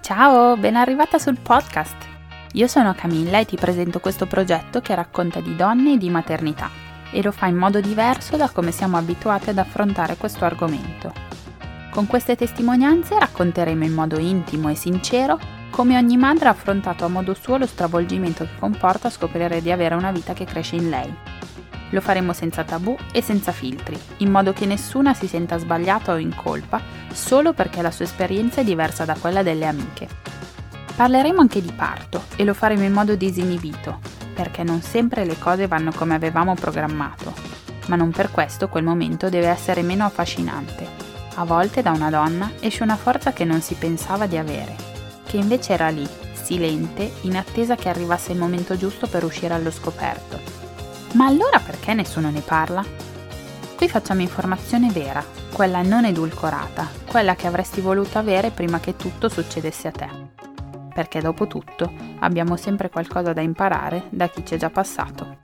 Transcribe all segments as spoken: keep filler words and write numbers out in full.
Ciao, ben arrivata sul podcast. Io sono Camilla e ti presento questo progetto che racconta di donne e di maternità e lo fa in modo diverso da come siamo abituati ad affrontare questo argomento. Con queste testimonianze racconteremo in modo intimo e sincero come ogni madre ha affrontato a modo suo lo stravolgimento che comporta scoprire di avere una vita che cresce in lei. Lo faremo senza tabù e senza filtri, in modo che nessuna si senta sbagliata o in colpa solo perché la sua esperienza è diversa da quella delle amiche. Parleremo anche di parto e lo faremo in modo disinibito, perché non sempre le cose vanno come avevamo programmato, ma non per questo quel momento deve essere meno affascinante. A volte da una donna esce una forza che non si pensava di avere, che invece era lì, silente, in attesa che arrivasse il momento giusto per uscire allo scoperto. Ma allora perché nessuno ne parla? Qui facciamo informazione vera, quella non edulcorata, quella che avresti voluto avere prima che tutto succedesse a te. Perché dopo tutto abbiamo sempre qualcosa da imparare da chi ci è già passato.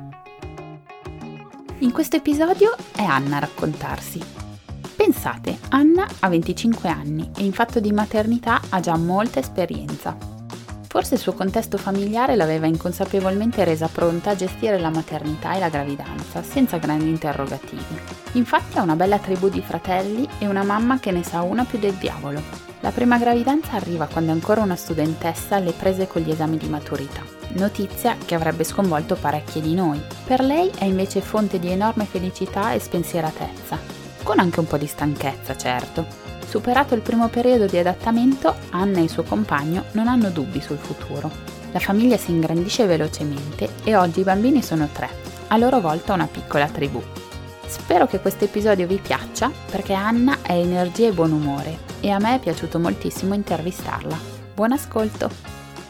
In questo episodio è Anna a raccontarsi. Pensate, Anna ha venticinque anni e in fatto di maternità ha già molta esperienza. Forse il suo contesto familiare l'aveva inconsapevolmente resa pronta a gestire la maternità e la gravidanza, senza grandi interrogativi. Infatti ha una bella tribù di fratelli e una mamma che ne sa una più del diavolo. La prima gravidanza arriva quando è ancora una studentessa alle prese con gli esami di maturità. Notizia che avrebbe sconvolto parecchie di noi. Per lei è invece fonte di enorme felicità e spensieratezza, con anche un po' di stanchezza, certo. Superato il primo periodo di adattamento, Anna e il suo compagno non hanno dubbi sul futuro. La famiglia si ingrandisce velocemente e oggi i bambini sono tre, a loro volta una piccola tribù. Spero che questo episodio vi piaccia perché Anna è energia e buon umore e a me è piaciuto moltissimo intervistarla. Buon ascolto!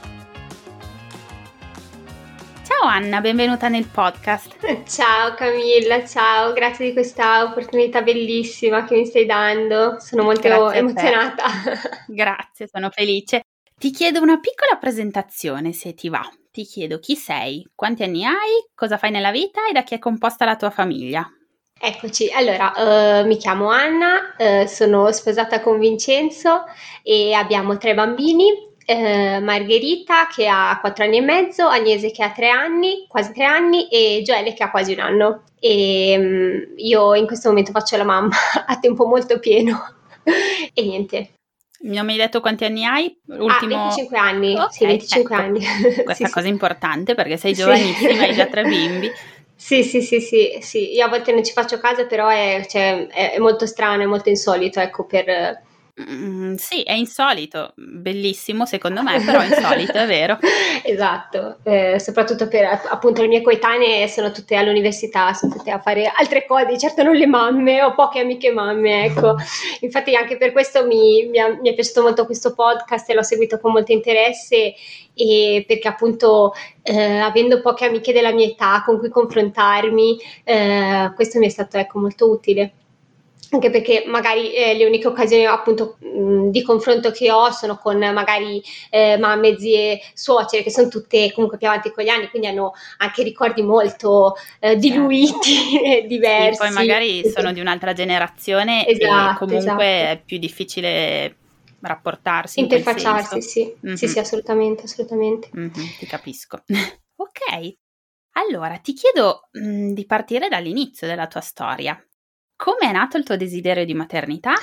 Ciao Anna, benvenuta nel podcast. Ciao Camilla, ciao, grazie di questa opportunità bellissima che mi stai dando, sono molto grazie emozionata. Grazie, sono felice. Ti chiedo una piccola presentazione se ti va. Ti chiedo chi sei, quanti anni hai, cosa fai nella vita e da chi è composta la tua famiglia. Eccoci, allora uh, mi chiamo Anna, uh, sono sposata con Vincenzo e abbiamo tre bambini. Eh, Margherita che ha quattro anni e mezzo, Agnese che ha tre anni, quasi tre anni e Gioele che ha quasi un anno e um, io in questo momento faccio la mamma a tempo molto pieno e niente. Non mi hai detto quanti anni hai? Ultimo... Ah, venticinque anni, okay, sì, venticinque ecco. anni. Questa sì, cosa sì. è importante perché sei giovanissima, sì. Hai già tre bimbi. Sì, sì, sì, sì, sì, io a volte non ci faccio caso, però è, cioè, è, è molto strano, è molto insolito, ecco, per... Mm, sì, è insolito, bellissimo secondo me, però è insolito, è vero. Esatto, eh, soprattutto per appunto le mie coetanee sono tutte all'università, sono tutte a fare altre cose, certo non le mamme, ho poche amiche mamme, ecco. Infatti anche per questo mi, mi, è, mi è piaciuto molto questo podcast e l'ho seguito con molto interesse e perché appunto eh, avendo poche amiche della mia età con cui confrontarmi, eh, questo mi è stato ecco molto utile. Anche perché magari eh, le uniche occasioni appunto mh, di confronto che ho sono con magari eh, mamme, zie, suocere che sono tutte comunque più avanti con gli anni, quindi hanno anche ricordi molto eh, diluiti e diversi. Sì, poi magari sono di un'altra generazione esatto, e comunque esatto. è più difficile rapportarsi interfacciarsi, in sì. Mm-hmm. sì, sì, assolutamente, assolutamente. Mm-hmm, ti capisco. Ok, allora ti chiedo mh, di partire dall'inizio della tua storia. Come è nato il tuo desiderio di maternità?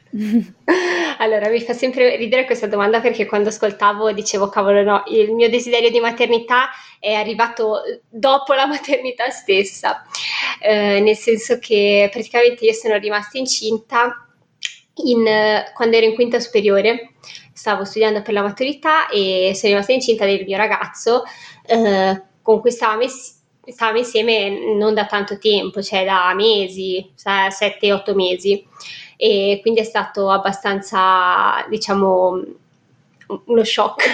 Allora, mi fa sempre ridere questa domanda perché quando ascoltavo dicevo, cavolo no, il mio desiderio di maternità è arrivato dopo la maternità stessa, eh, nel senso che praticamente io sono rimasta incinta in, quando ero in quinta superiore, stavo studiando per la maturità e sono rimasta incinta del mio ragazzo, eh, con cui stavamo messi stavamo insieme non da tanto tempo, cioè da mesi, sette otto mesi, e quindi è stato abbastanza, diciamo, uno shock.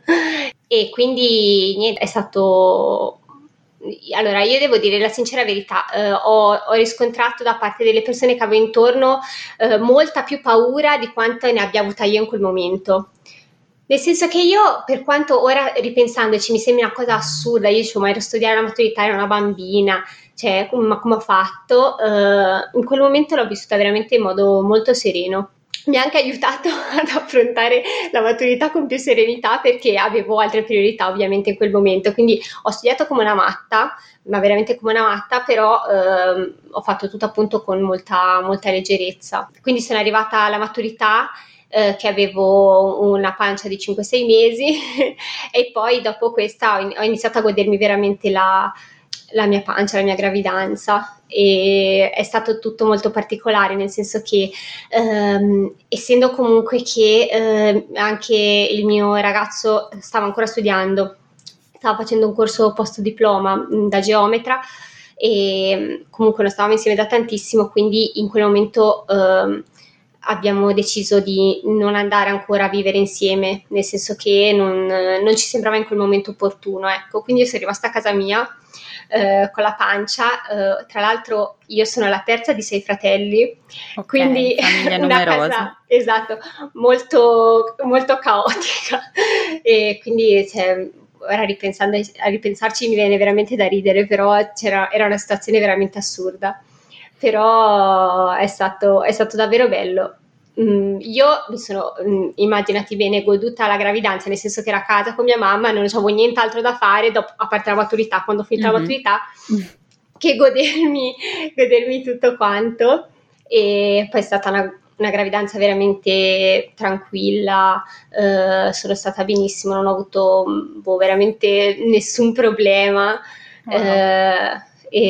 E quindi niente, è stato... Allora, io devo dire la sincera verità, eh, ho, ho riscontrato da parte delle persone che avevo intorno eh, molta più paura di quanto ne abbia avuta io in quel momento. Nel senso che io, per quanto ora ripensandoci mi sembra una cosa assurda, io dicevo, ma ero a studiare la maturità, ero una bambina, cioè, ma come ho fatto? Uh, in quel momento l'ho vissuta veramente in modo molto sereno. mi ha anche aiutato ad affrontare la maturità con più serenità, perché avevo altre priorità ovviamente in quel momento, quindi ho studiato come una matta, ma veramente come una matta, però ehm, ho fatto tutto appunto con molta, molta leggerezza. Quindi sono arrivata alla maturità eh, che avevo una pancia di cinque sei mesi e poi dopo questa ho, in- ho iniziato a godermi veramente la, la mia pancia, la mia gravidanza, e è stato tutto molto particolare, nel senso che ehm, essendo comunque che eh, anche il mio ragazzo stava ancora studiando, stava facendo un corso post diploma mh, da geometra, e mh, comunque non stavamo insieme da tantissimo, quindi in quel momento ehm, abbiamo deciso di non andare ancora a vivere insieme, nel senso che non, non ci sembrava in quel momento opportuno, ecco. Quindi io sono rimasta a casa mia eh, con la pancia. Eh, tra l'altro io sono la terza di sei fratelli, Ok, quindi famiglia una numerosa. casa, esatto, molto, molto caotica, e quindi cioè, ora ripensando, a ripensarci mi viene veramente da ridere, però c'era, era una situazione veramente assurda, però è stato, è stato davvero bello. Mm, io mi sono, mm, immaginati bene, goduta la gravidanza, nel senso che ero a casa con mia mamma, non avevo nient'altro da fare, dopo, a parte la maturità, quando ho finito la Mhm. maturità, che godermi, godermi tutto quanto. E poi è stata una, una gravidanza veramente tranquilla, eh, sono stata benissimo, non ho avuto boh, veramente nessun problema. Wow. eh,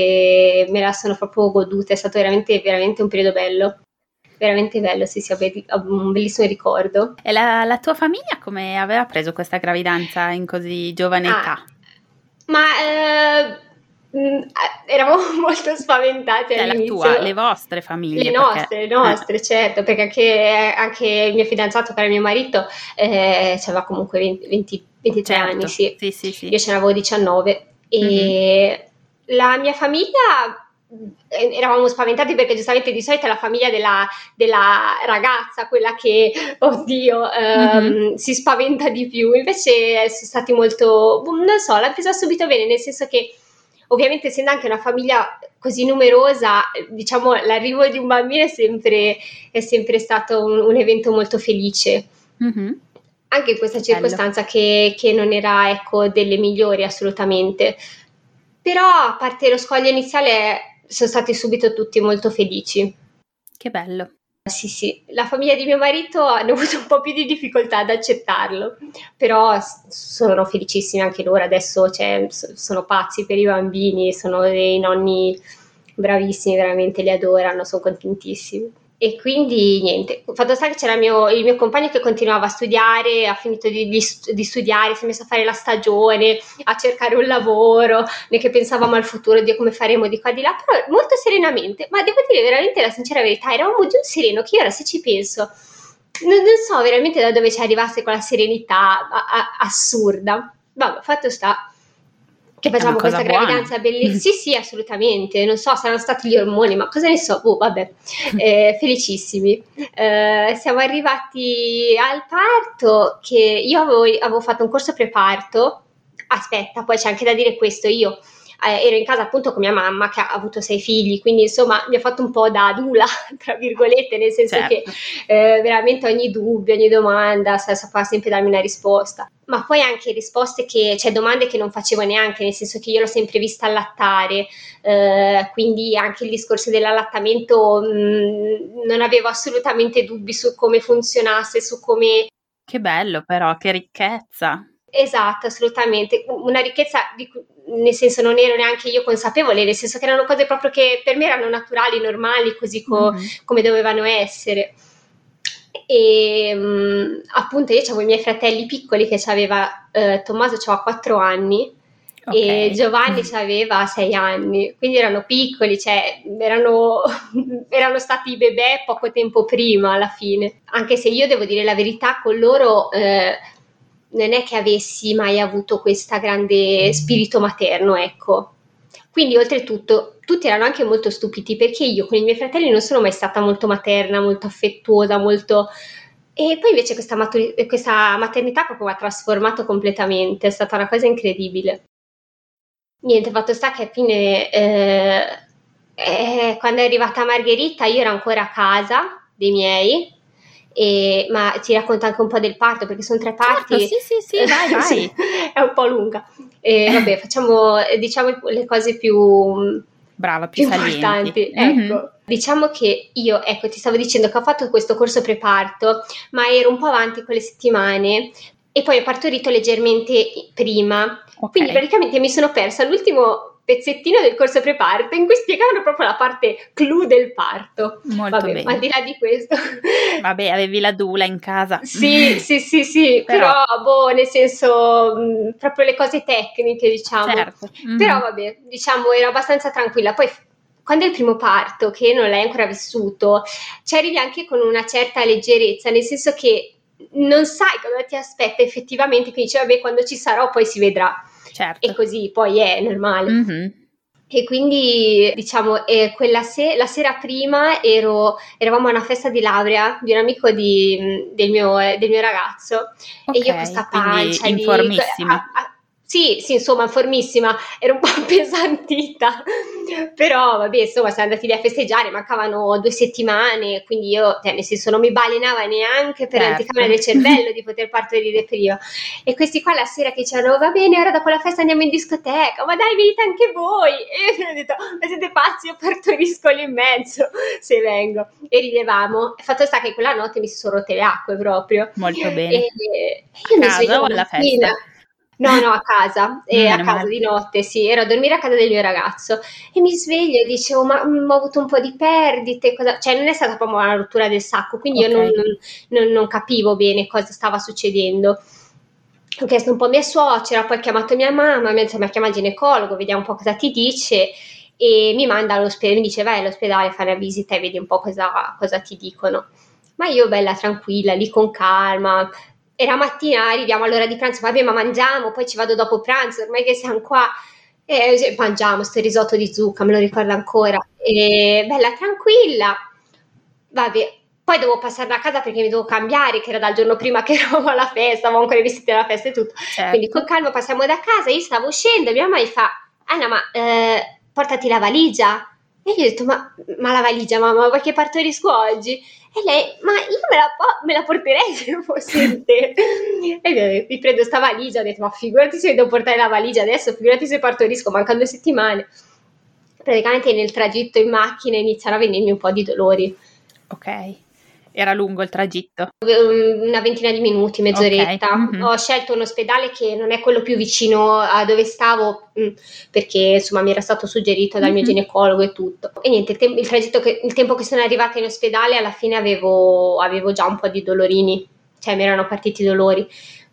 e me la sono proprio goduta, è stato veramente, veramente un periodo bello, veramente bello, sì, sì, ho be- ho un bellissimo ricordo. E la, la tua famiglia come aveva preso questa gravidanza in così giovane Ah, età? ma eh, mh, eravamo molto spaventati Cioè la tua, le all'inizio. vostre Le famiglie, perché... nostre, le Eh, nostre, certo, perché anche, anche il mio fidanzato, che era mio marito, eh, aveva comunque venti, venti, ventitré anni, certo, sì. sì, sì, sì. Io ce n'avevo diciannove, Mhm, e la mia famiglia eh, eravamo spaventati perché giustamente di solito è la famiglia della, della ragazza quella che, oddio, mhm. ehm, si spaventa di più. Invece sono stati molto, non so, l'ha presa subito bene, nel senso che ovviamente essendo anche una famiglia così numerosa, diciamo l'arrivo di un bambino è sempre, è sempre stato un, un evento molto felice. Mhm. Anche in questa Che bello, circostanza che, che non era, ecco, delle migliori assolutamente. Però a parte lo scoglio iniziale sono stati subito tutti molto felici. che bello. Sì, sì, la famiglia di mio marito hanno avuto un po' più di difficoltà ad accettarlo, però s- sono felicissimi anche loro adesso, cioè, s- sono pazzi per i bambini, sono dei nonni bravissimi, veramente li adorano, sono contentissimi. E quindi niente, fatto sta che c'era il mio, il mio compagno che continuava a studiare, ha finito di, di stu- di studiare, si è messo a fare la stagione, a cercare un lavoro, né che pensavamo al futuro, di come faremo di qua di là, però molto serenamente. Ma devo dire veramente la sincera verità, eravamo di un sereno che io ora se ci penso, non, non so veramente da dove ci arrivasse quella serenità a- a- assurda. Vabbè, fatto sta che È una facciamo cosa questa buona. gravidanza bellissima. Sì, sì, assolutamente. Non so, saranno stati gli ormoni, ma cosa ne so? Oh, vabbè, eh, felicissimi. Eh, siamo arrivati al parto, che io avevo, avevo fatto un corso preparto. Aspetta, poi c'è anche da dire questo, io eh, ero in casa appunto con mia mamma che ha avuto sei figli, quindi insomma mi ha fatto un po' da dula, tra virgolette, nel senso che Certo. eh, veramente ogni dubbio, ogni domanda sa- sapeva sempre darmi una risposta. Ma poi anche risposte che, cioè domande che non facevo neanche, nel senso che io l'ho sempre vista allattare, eh, quindi anche il discorso dell'allattamento mh, non avevo assolutamente dubbi su come funzionasse, su come. Che bello però, che ricchezza. Esatto, assolutamente, una ricchezza di cui, nel senso, non ero neanche io consapevole, nel senso che erano cose proprio che per me erano naturali, normali, così co- Mhm. come dovevano essere. E mh, appunto io avevo i miei fratelli piccoli che aveva, eh, Tommaso aveva quattro anni Ok. e Giovanni aveva sei anni, quindi erano piccoli, cioè erano, erano stati bebè poco tempo prima alla fine, anche se io devo dire la verità, con loro eh, non è che avessi mai avuto questo grande spirito materno, ecco. Quindi oltretutto tutti erano anche molto stupiti perché io con i miei fratelli non sono mai stata molto materna, molto affettuosa, molto. E poi invece questa, maturi- questa maternità proprio mi ha trasformato completamente, è stata una cosa incredibile. Niente, fatto sta che alla fine, eh, eh, quando è arrivata Margherita, io ero ancora a casa dei miei E, ma ti racconto anche un po' del parto perché sono tre parti. Certo, sì, sì, sì, vai, vai. È un po' lunga. E, vabbè, facciamo diciamo le cose più, Brava, più, più importanti. Mm-hmm. Ecco, diciamo che io, ecco, ti stavo dicendo che ho fatto questo corso preparto, ma ero un po' avanti con le settimane e poi ho partorito leggermente prima. Okay. Quindi praticamente mi sono persa l'ultimo pezzettino del corso preparto in cui spiegavano proprio la parte clou del parto. Molto Vabbè, bene. Ma al di là di questo... Vabbè, avevi la doula in casa. Sì, sì, sì, sì, però, però boh, nel senso, mh, proprio le cose tecniche, diciamo. Certo. Mm-hmm. Però vabbè, diciamo, ero abbastanza tranquilla. Poi quando è il primo parto, che non l'hai ancora vissuto, ci arrivi anche con una certa leggerezza, nel senso che non sai cosa ti aspetta effettivamente, quindi dici, vabbè, quando ci sarò poi si vedrà. Certo. E così poi è normale. Mm-hmm. E quindi diciamo eh, quella se- la sera prima ero, eravamo a una festa di laurea di un amico di, del, mio, del mio ragazzo. Okay, e io con sta pancia quindi informissima. Lì, a, a, sì, sì, insomma, formissima, ero un po' appesantita, però vabbè, insomma, siamo andati lì a festeggiare, mancavano due settimane, quindi io, cioè, nel senso, non mi balenava neanche per certo. l'anticamera del cervello di poter partorire prima. E questi qua la sera che dicevano, va bene, ora dopo la festa andiamo in discoteca, ma dai, venite anche voi. E io ho detto, ma siete pazzi, io partorisco lì in mezzo, se vengo. E ridevamo. Fatto sta che quella notte mi si sono rotte le acque proprio. Molto bene. E, e io a mi casa sveglio o alla festa? No, no, a casa, eh, a casa di notte, sì, ero a dormire a casa del mio ragazzo e mi sveglio e dicevo, ma mh, ho avuto un po' di perdite, cosa... cioè non è stata proprio una rottura del sacco, quindi okay. io non, non, non capivo bene cosa stava succedendo. Ho chiesto un po' a mia suocera, poi ho chiamato mia mamma, mi ha detto, ma chiama il ginecologo, vediamo un po' cosa ti dice, e mi manda all'ospedale, mi dice, vai all'ospedale a fare la visita e vedi un po' cosa, cosa ti dicono. Ma io bella tranquilla, lì con calma... Era mattina, arriviamo all'ora di pranzo, vabbè ma mangiamo, poi ci vado dopo pranzo, ormai che siamo qua, e mangiamo sto risotto di zucca, me lo ricordo ancora, e bella tranquilla, vabbè, poi dovevo passare a casa perché mi dovevo cambiare, che era dal giorno prima che eravamo alla festa, avevo ancora i vestiti della festa e tutto, certo. Quindi con calma passiamo da casa, io stavo uscendo, mia mamma mi fa, Anna ma eh, portati la valigia, e io ho detto ma, ma la valigia mamma, vuoi che partorisco oggi? E lei, ma io me la, po- me la porterei se fossi in te. E io mi prendo sta valigia, ho detto, ma figurati se devo portare la valigia adesso, figurati se partorisco, mancano due settimane. Praticamente nel tragitto in macchina iniziano a venirmi un po' di dolori. Ok. Era lungo il tragitto? Una ventina di minuti, mezz'oretta. Okay. Mm-hmm. Ho scelto un ospedale che non è quello più vicino a dove stavo, perché insomma mi era stato suggerito dal mm-hmm. mio ginecologo e tutto. E niente, il, te- il tragitto che, il tempo che sono arrivata in ospedale, alla fine avevo, avevo già un po' di dolorini, cioè mi erano partiti i dolori.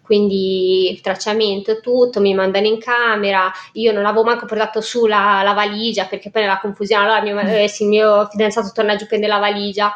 Quindi il tracciamento e tutto, mi mandano in camera, io non avevo manco portato su la, la valigia perché poi nella confusione, allora mio, eh, sì, il mio fidanzato torna giù, prende la valigia,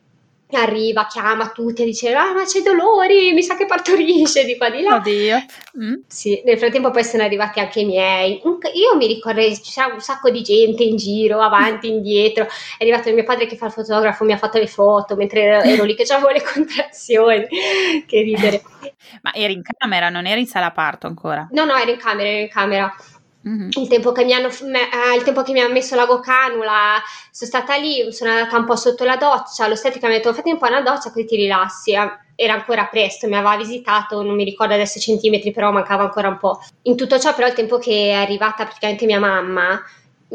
arriva, chiama tutti e dice ah ma c'è dolori, mi sa che partorisce di qua di là. Oddio. Mm. Sì, nel frattempo poi sono arrivati anche i miei, io mi ricordo c'era un sacco di gente in giro, avanti, indietro, è arrivato mio padre che fa il fotografo, mi ha fatto le foto mentre ero, ero lì che avevo le contrazioni, che ridere. Ma eri in camera, non eri in sala parto ancora? No, no, ero in camera, ero in camera. Mm-hmm. Il tempo che mi hanno eh, il tempo che mi hanno messo la gocanula, sono stata lì, sono andata un po' sotto la doccia, l'ostetrica mi ha detto fatti un po' una doccia così ti rilassi. Era ancora presto, mi aveva visitato, non mi ricordo adesso centimetri, però mancava ancora un po'. In tutto ciò però il tempo che è arrivata praticamente mia mamma,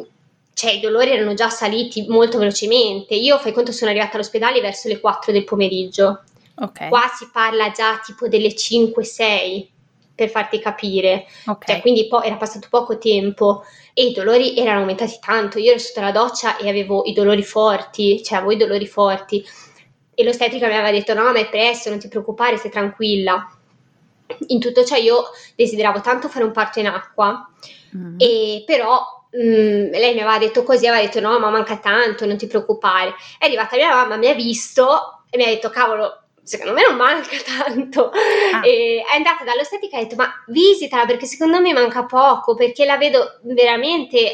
cioè i dolori erano già saliti molto velocemente. Io fai conto sono arrivata all'ospedale verso le quattro del pomeriggio. Okay. Qua si parla già tipo delle cinque sei, per farti capire, okay. Cioè, quindi po- era passato poco tempo e i dolori erano aumentati tanto. Io ero sotto la doccia e avevo i dolori forti, cioè avevo i dolori forti e l'ostetrica mi aveva detto no ma è presto, non ti preoccupare, stai tranquilla. In tutto ciò io desideravo tanto fare un parto in acqua, mm. e però mh, lei mi aveva detto così, aveva detto no ma manca tanto, non ti preoccupare. È arrivata mia mamma, mi ha visto e mi ha detto cavolo, secondo me non manca tanto, ah. E è andata dall'ostetrica e ha detto ma visitala perché secondo me manca poco, perché la vedo veramente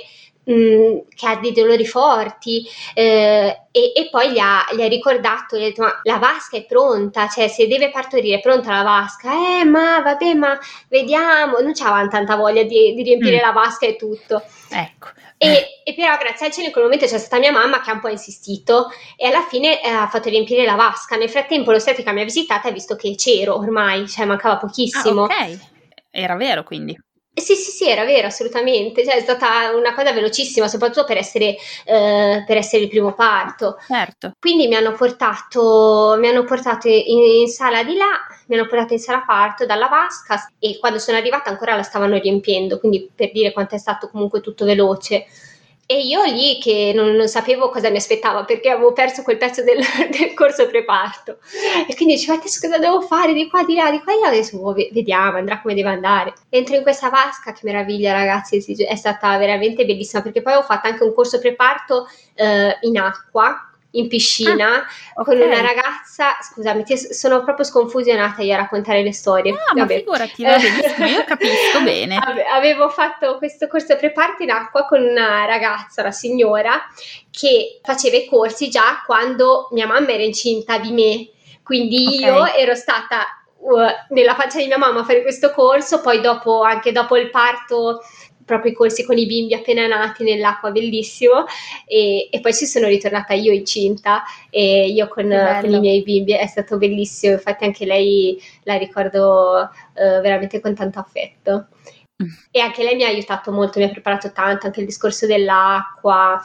mh, che ha dei dolori forti, eh, e, e poi gli ha, gli ha ricordato, gli ha detto, ma la vasca è pronta, cioè se deve partorire è pronta la vasca, eh ma vabbè, ma vediamo, non c'avevano tanta voglia di, di riempire Mm. la vasca e tutto. Ecco. E, e però grazie al cielo in quel momento c'è stata mia mamma che ha un po' insistito e alla fine eh, ha fatto riempire la vasca. Nel frattempo l'ostetrica mi ha visitata e ha visto che c'ero ormai, cioè mancava Ah, pochissimo. ok. Era vero, quindi. Sì, sì, sì, era vero, assolutamente. Cioè, è stata una cosa velocissima, soprattutto per essere, eh, per essere il primo parto. Certo. Quindi mi hanno portato, mi hanno portato in, in sala di là, mi hanno portato in sala parto dalla vasca e quando sono arrivata ancora la stavano riempiendo, quindi per dire quanto è stato comunque tutto veloce. E io lì che non, non sapevo cosa mi aspettava perché avevo perso quel pezzo del, del corso preparto e quindi dicevo adesso cosa devo fare di qua di là di qua di là adesso oh, vediamo andrà come deve andare. Entro in questa vasca, che meraviglia ragazzi, è stata veramente bellissima perché poi ho fatto anche un corso preparto eh, in acqua, in piscina, ah, con okay. una ragazza, scusami, ti, sono proprio sconfusionata io a raccontare le storie. No, Vabbè. ma figurati, va benissimo, io capisco bene. Avevo fatto questo corso preparto in acqua con una ragazza, una signora, che faceva i corsi già quando mia mamma era incinta di me, quindi okay. Io ero stata uh, nella pancia di mia mamma a fare questo corso, poi dopo, anche dopo il parto, proprio i corsi con i bimbi appena nati nell'acqua, bellissimo, e, e poi ci sono ritornata io incinta e io con, con i miei bimbi, è stato bellissimo, infatti anche lei la ricordo uh, veramente con tanto affetto. Mm. E anche lei mi ha aiutato molto, mi ha preparato tanto, anche il discorso dell'acqua,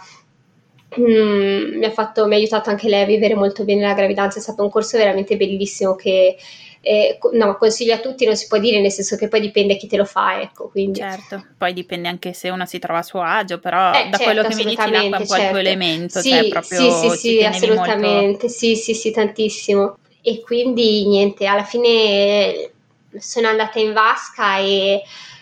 mm, mi ha fatto, mi ha aiutato anche lei a vivere molto bene la gravidanza, è stato un corso veramente bellissimo che Eh, no, consiglio a tutti, non si può dire, nel senso che poi dipende chi te lo fa, ecco, quindi. Certo, poi dipende anche se uno si trova a suo agio, però eh, da certo, quello che mi dici l'acqua è un po' certo. il tuo elemento, sì, cioè proprio sì, sì, ci sì, tenevi assolutamente, molto. sì, sì, sì, tantissimo. E quindi niente, alla fine sono andata in vasca e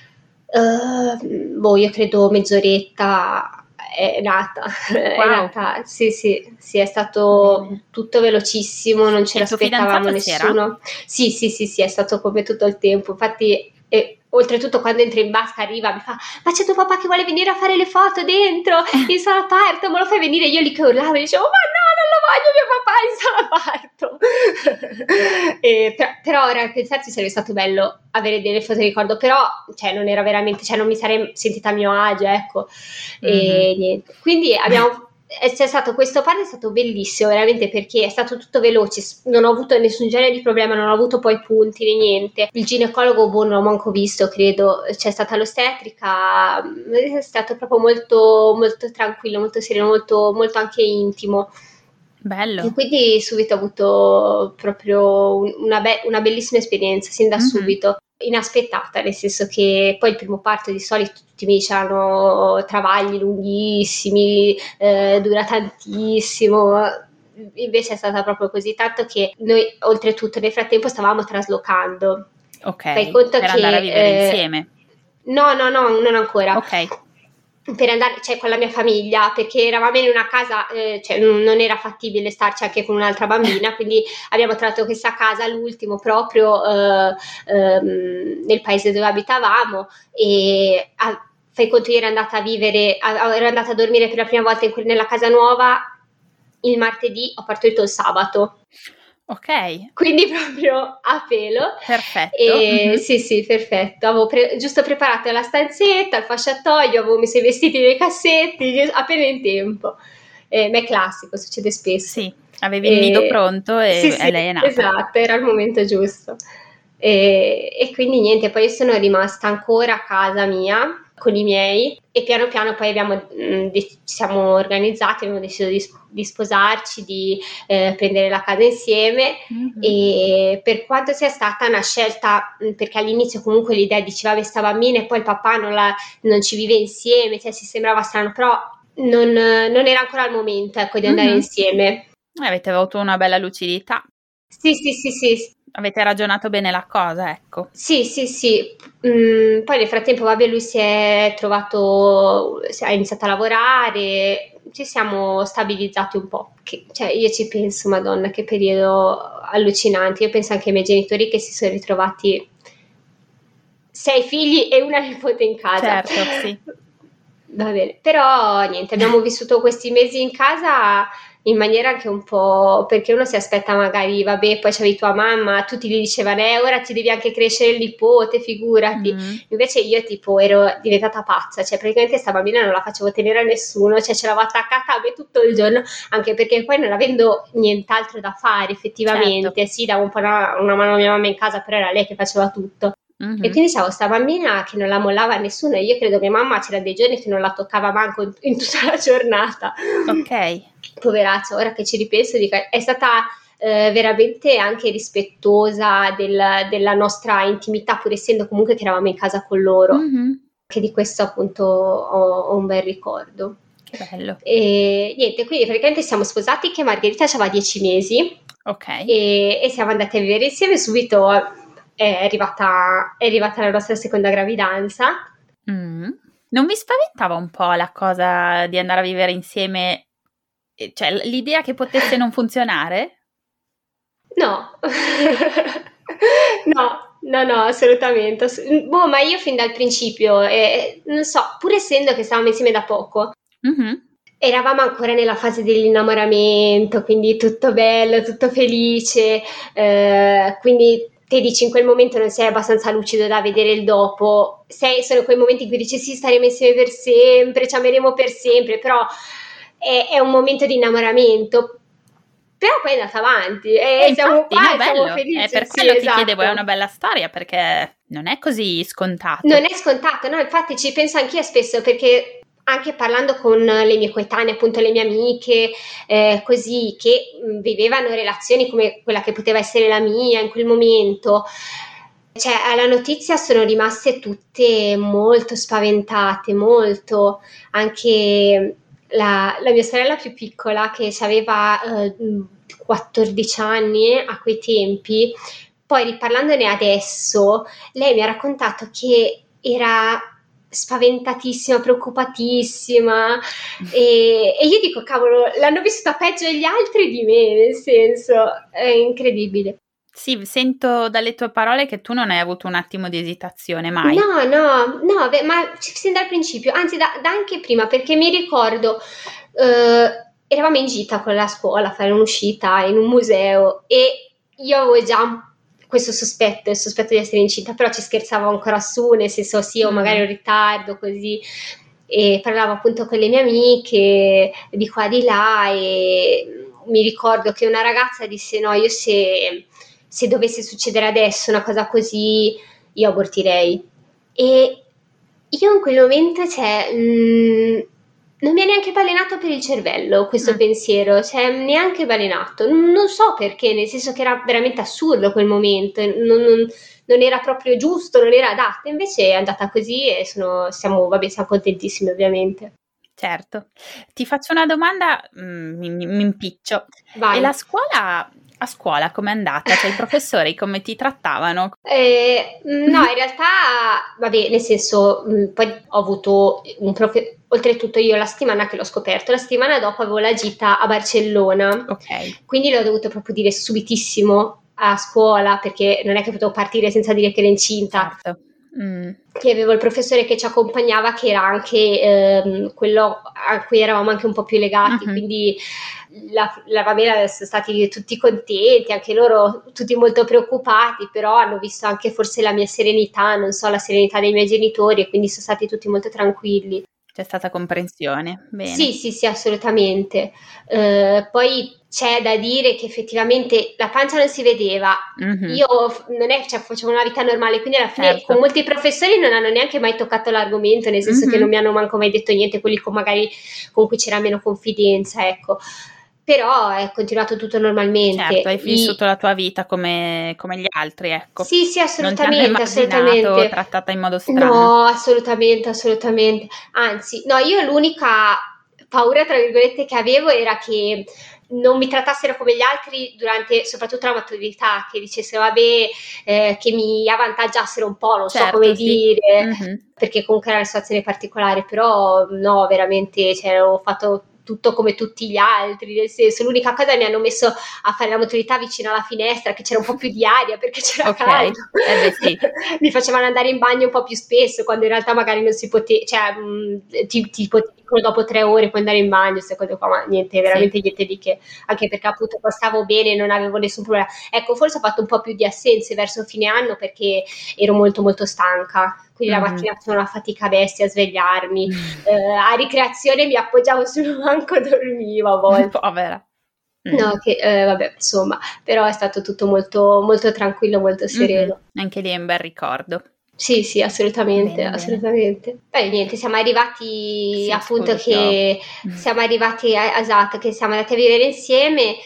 uh, boh, io credo mezz'oretta è nata, wow. è nata, sì, sì, sì, è stato Bene. tutto velocissimo, non ce e l'aspettavamo nessuno. C'era? Sì, sì, sì, sì, è stato come tutto il tempo, infatti. E oltretutto quando entra in vasca arriva mi fa ma c'è tuo papà che vuole venire a fare le foto dentro in sala parto, me lo fai venire? Io lì che urlavo e dicevo ma no, non lo voglio mio papà in sala parto. e, però, però ora a pensarci sarebbe stato bello avere delle foto di ricordo, però cioè non era veramente, cioè non mi sarei sentita a mio agio, ecco. E mm-hmm. niente, quindi abbiamo c'è stato questo parto, è stato bellissimo veramente perché è stato tutto veloce, non ho avuto nessun genere di problema, non ho avuto poi punti né niente. Il ginecologo boh, non l'ho manco visto, credo, c'è stata l'ostetrica, è stato proprio molto molto tranquillo, molto sereno, molto, molto anche intimo. Bello. E quindi subito ho avuto proprio una, be- una bellissima esperienza, sin da mm-hmm. subito. Inaspettata, nel senso che poi il primo parto di solito tutti mi dicevano travagli lunghissimi, eh, dura tantissimo, invece è stata proprio così, tanto che noi oltretutto nel frattempo stavamo traslocando. Ok, fai conto per che, andare a vivere eh, insieme? No, no, no, non ancora. Ok. Per andare, cioè con la mia famiglia, perché eravamo in una casa, eh, cioè non era fattibile starci anche con un'altra bambina, quindi abbiamo trovato questa casa, l'ultimo proprio eh, ehm, nel paese dove abitavamo e a, fai conto io ero andata a vivere, a, ero andata a dormire per la prima volta in, nella casa nuova il martedì, ho partorito il sabato. Ok. Quindi proprio a pelo. Perfetto. E, mm-hmm. Sì, sì, perfetto. Avevo pre- giusto preparato la stanzetta, il fasciatoio, avevo messo i vestiti nei cassetti, appena in tempo. Eh, ma è classico, succede spesso. Sì, avevi e... il nido pronto e, sì, sì, e lei è nata. Esatto, era il momento giusto. E, e quindi niente, poi sono rimasta ancora a casa mia con i miei e piano piano poi abbiamo mh, de- ci siamo organizzati, abbiamo deciso di, di sposarci, di eh, prendere la casa insieme mm-hmm. e per quanto sia stata una scelta, mh, perché all'inizio comunque l'idea diceva questa bambina e poi il papà non, la, non ci vive insieme, cioè si sembrava strano, però non, non era ancora il momento, ecco, di andare mm-hmm. insieme. Avete avuto una bella lucidità. Sì, sì, sì, sì. Avete ragionato bene la cosa, ecco. Sì, sì, sì. Mm, poi nel frattempo, vabbè, lui si è trovato, ha iniziato a lavorare, ci siamo stabilizzati un po'. Che, cioè, io ci penso, Madonna, che periodo allucinante. Io penso anche ai miei genitori che si sono ritrovati sei figli e una nipote in casa. Certo, sì. Va bene, però niente, abbiamo vissuto questi mesi in casa in maniera anche un po', perché uno si aspetta magari, vabbè, poi c'avevi tua mamma, tutti gli dicevano, eh, ora ti devi anche crescere il nipote, figurati. Mm. Invece io tipo ero diventata pazza, cioè praticamente sta bambina non la facevo tenere a nessuno, cioè ce l'avevo attaccata a me tutto il giorno, anche perché poi non avendo nient'altro da fare effettivamente, Certo. sì, davo un po' una, una mano a mia mamma in casa, però era lei che faceva tutto. Mhm. E quindi c'avevo sta bambina che non la mollava nessuno, e io credo che mamma c'era dei giorni che non la toccava manco in, in tutta la giornata. Ok. Poveraccia, ora che ci ripenso dico, è stata eh, veramente anche rispettosa del, della nostra intimità, pur essendo comunque che eravamo in casa con loro. Mm-hmm. Che di questo appunto ho, ho un bel ricordo. Che bello. E niente, quindi praticamente siamo sposati che Margherita aveva dieci mesi. Ok. E, e siamo andati a vivere insieme. Subito è arrivata, è arrivata la nostra seconda gravidanza. Mm. Non vi spaventava un po' la cosa di andare a vivere insieme, cioè l'idea che potesse non funzionare? No, no, no, no, assolutamente. Boh, ma io fin dal principio, eh, non so, pur essendo che stavamo insieme da poco, mm-hmm. eravamo ancora nella fase dell'innamoramento, quindi tutto bello, tutto felice, eh, quindi te dici in quel momento non sei abbastanza lucido da vedere il dopo, sei, sono quei momenti in cui dici sì, staremo insieme per sempre, ci ameremo per sempre, però è, è un momento di innamoramento. Però poi è andata avanti e E siamo infatti, qua no, e siamo bello. felici. È per sì, quello ti esatto. chiedevo, è una bella storia, perché non è così scontato. Non è scontato, no, infatti ci penso anch'io spesso, perché anche parlando con le mie coetanee, appunto le mie amiche, eh, così, che mh, vivevano relazioni come quella che poteva essere la mia in quel momento, cioè alla notizia sono rimaste tutte molto spaventate, molto, anche la, la mia sorella più piccola che aveva eh, quattordici anni a quei tempi, poi riparlandone adesso, lei mi ha raccontato che era spaventatissima, preoccupatissima e, e io dico cavolo, l'hanno vissuta peggio gli altri di me, nel senso è incredibile. Sì, sento dalle tue parole che tu non hai avuto un attimo di esitazione mai. No, no, no, beh, ma sin dal principio, anzi da, da anche prima, perché mi ricordo eh, eravamo in gita con la scuola a fare un'uscita in un museo e io avevo già questo sospetto, il sospetto di essere incinta, però ci scherzavo ancora su, nel senso sì, o magari un ritardo, così, e parlavo appunto con le mie amiche di qua di là e mi ricordo che una ragazza disse no, io se, se dovesse succedere adesso una cosa così, io abortirei. E io in quel momento, cioè, mh, non mi è neanche balenato per il cervello questo Mm. pensiero, cioè neanche balenato, non so perché, nel senso che era veramente assurdo quel momento, non, non, non era proprio giusto, non era adatto, invece è andata così e sono, siamo, vabbè, siamo contentissimi ovviamente. Certo. Ti faccio una domanda, mm, mi, mi impiccio. Vai. E la scuola, a scuola com'è andata? Cioè i professori come ti trattavano? Eh, no, in realtà, vabbè, nel senso, mh, poi ho avuto un prof... Oltretutto io la settimana che l'ho scoperto, la settimana dopo avevo la gita a Barcellona, Ok. quindi l'ho dovuto proprio dire subitissimo a scuola, perché non è che potevo partire senza dire che ero incinta. Certo. Mm. Che avevo il professore che ci accompagnava, che era anche ehm, quello a cui eravamo anche un po' più legati, Mhm. quindi la, la famiglia sono stati tutti contenti, anche loro tutti molto preoccupati, però hanno visto anche forse la mia serenità, non so, la serenità dei miei genitori, e quindi sono stati tutti molto tranquilli. C'è stata comprensione. Bene. Sì, sì, sì, assolutamente. Eh, poi c'è da dire che effettivamente la pancia non si vedeva. Mhm. Io f- non è, cioè, facevo una vita normale, quindi alla fine Certo. con molti professori non hanno neanche mai toccato l'argomento, nel senso Mhm. che non mi hanno manco mai detto niente, quelli con magari con cui c'era meno confidenza, ecco. Però è continuato tutto normalmente. Certo, hai I- vissuto la tua vita come, come gli altri, ecco. Sì, sì, Non ti hanno assolutamente, emarginato, assolutamente. trattata in modo strano. No, assolutamente, assolutamente. Anzi, no, io l'unica paura, tra virgolette, che avevo era che non mi trattassero come gli altri durante soprattutto la maturità, che dicessero, vabbè, eh, che mi avvantaggiassero un po', non so Certo, come sì. dire, Mhm. perché comunque era una situazione particolare, però no, veramente, cioè, ho fatto tutto come tutti gli altri, nel senso, l'unica cosa mi hanno messo a fare la motilità vicino alla finestra, che c'era un po' più di aria perché c'era Ok, caldo. eh beh, sì. Mi facevano andare in bagno un po' più spesso, quando in realtà magari non si poteva, cioè mh, ti, ti dicono dopo tre ore puoi andare in bagno, queste cose qua, ma niente, veramente Sì. niente di che, anche perché appunto stavo bene, non avevo nessun problema. Ecco, forse ho fatto un po' più di assenze verso fine anno perché ero molto molto stanca, quindi Mhm. la mattina facevo una fatica bestia a svegliarmi, eh, a ricreazione mi appoggiavo sul banco, dormivo a volte. Povera. Mm. No, che eh, vabbè, insomma, però è stato tutto molto, molto tranquillo, molto sereno. Mhm. Anche lì è un bel ricordo. Sì, sì, assolutamente, Bene, bene. assolutamente. Beh, niente, siamo arrivati Sì, appunto scusi, che ti ho- siamo arrivati a, esatto, che siamo andati a vivere insieme